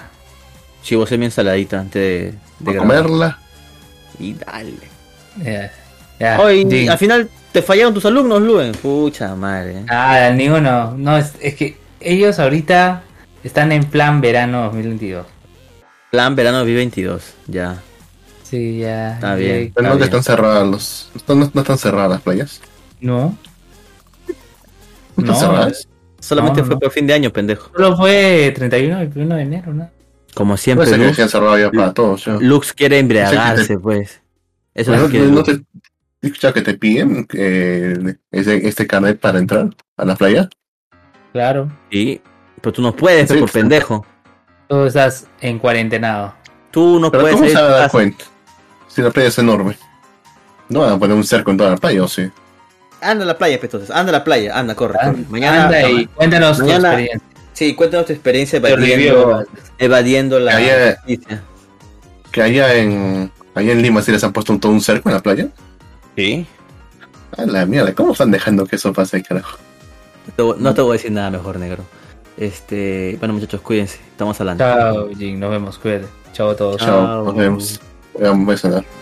Si vos mi ensaladita antes de, de ¿A grabar. comerla? Y dale. Ya. Ya. Hoy, Jin. al final, ¿te fallaron tus alumnos, Luen? Pucha madre. Ah, ninguno. No, es, es que ellos ahorita están en plan verano dos mil veintidós. Plan verano dos mil veintidós, ya. Sí, ya. Está ya- bien. Pero Está no que bien. están cerradas los... No, no- no están cerradas las playas. No. ¿No están No. cerradas? Solamente No, fue no. por fin de año, pendejo. Solo fue treinta y uno y primero de enero, ¿no? Como No siempre, sé que Lux, se han cerrado ya para todos. ¿no? Lux quiere embriagarse, pues. Eso es No, lo que quiere no Lux. te... ¿Has escuchado que te piden eh, ese, este carnet para entrar a la playa? Claro. Sí, pero tú no puedes, Sí, por sí. pendejo. Tú estás en cuarentenado. Tú no Pero puedes ¿cómo salir se de van a tu dar casa. cuenta? Si la playa es enorme. No van a poner un cerco en toda la playa, ¿o sí? Anda a la playa, pues, entonces. Anda a la playa, anda, corre, corre. Anda, Mañana. anda y cuéntanos tu mañana- experiencia. Sí, cuéntanos tu experiencia Te evadiendo, review. evadiendo la Ayer- justicia. Que allá en... Allá en Lima sí les han puesto un, todo un cerco en la playa. Sí. A la mierda, ¿cómo están dejando que eso pase, carajo? No te- no te voy a decir nada mejor, negro. Este, bueno, muchachos, cuídense. Estamos hablando. Chao, Jin. Nos vemos. Cuídate. Chao a todos. Chao. Chao, nos vemos. Voy a- voy a cenar.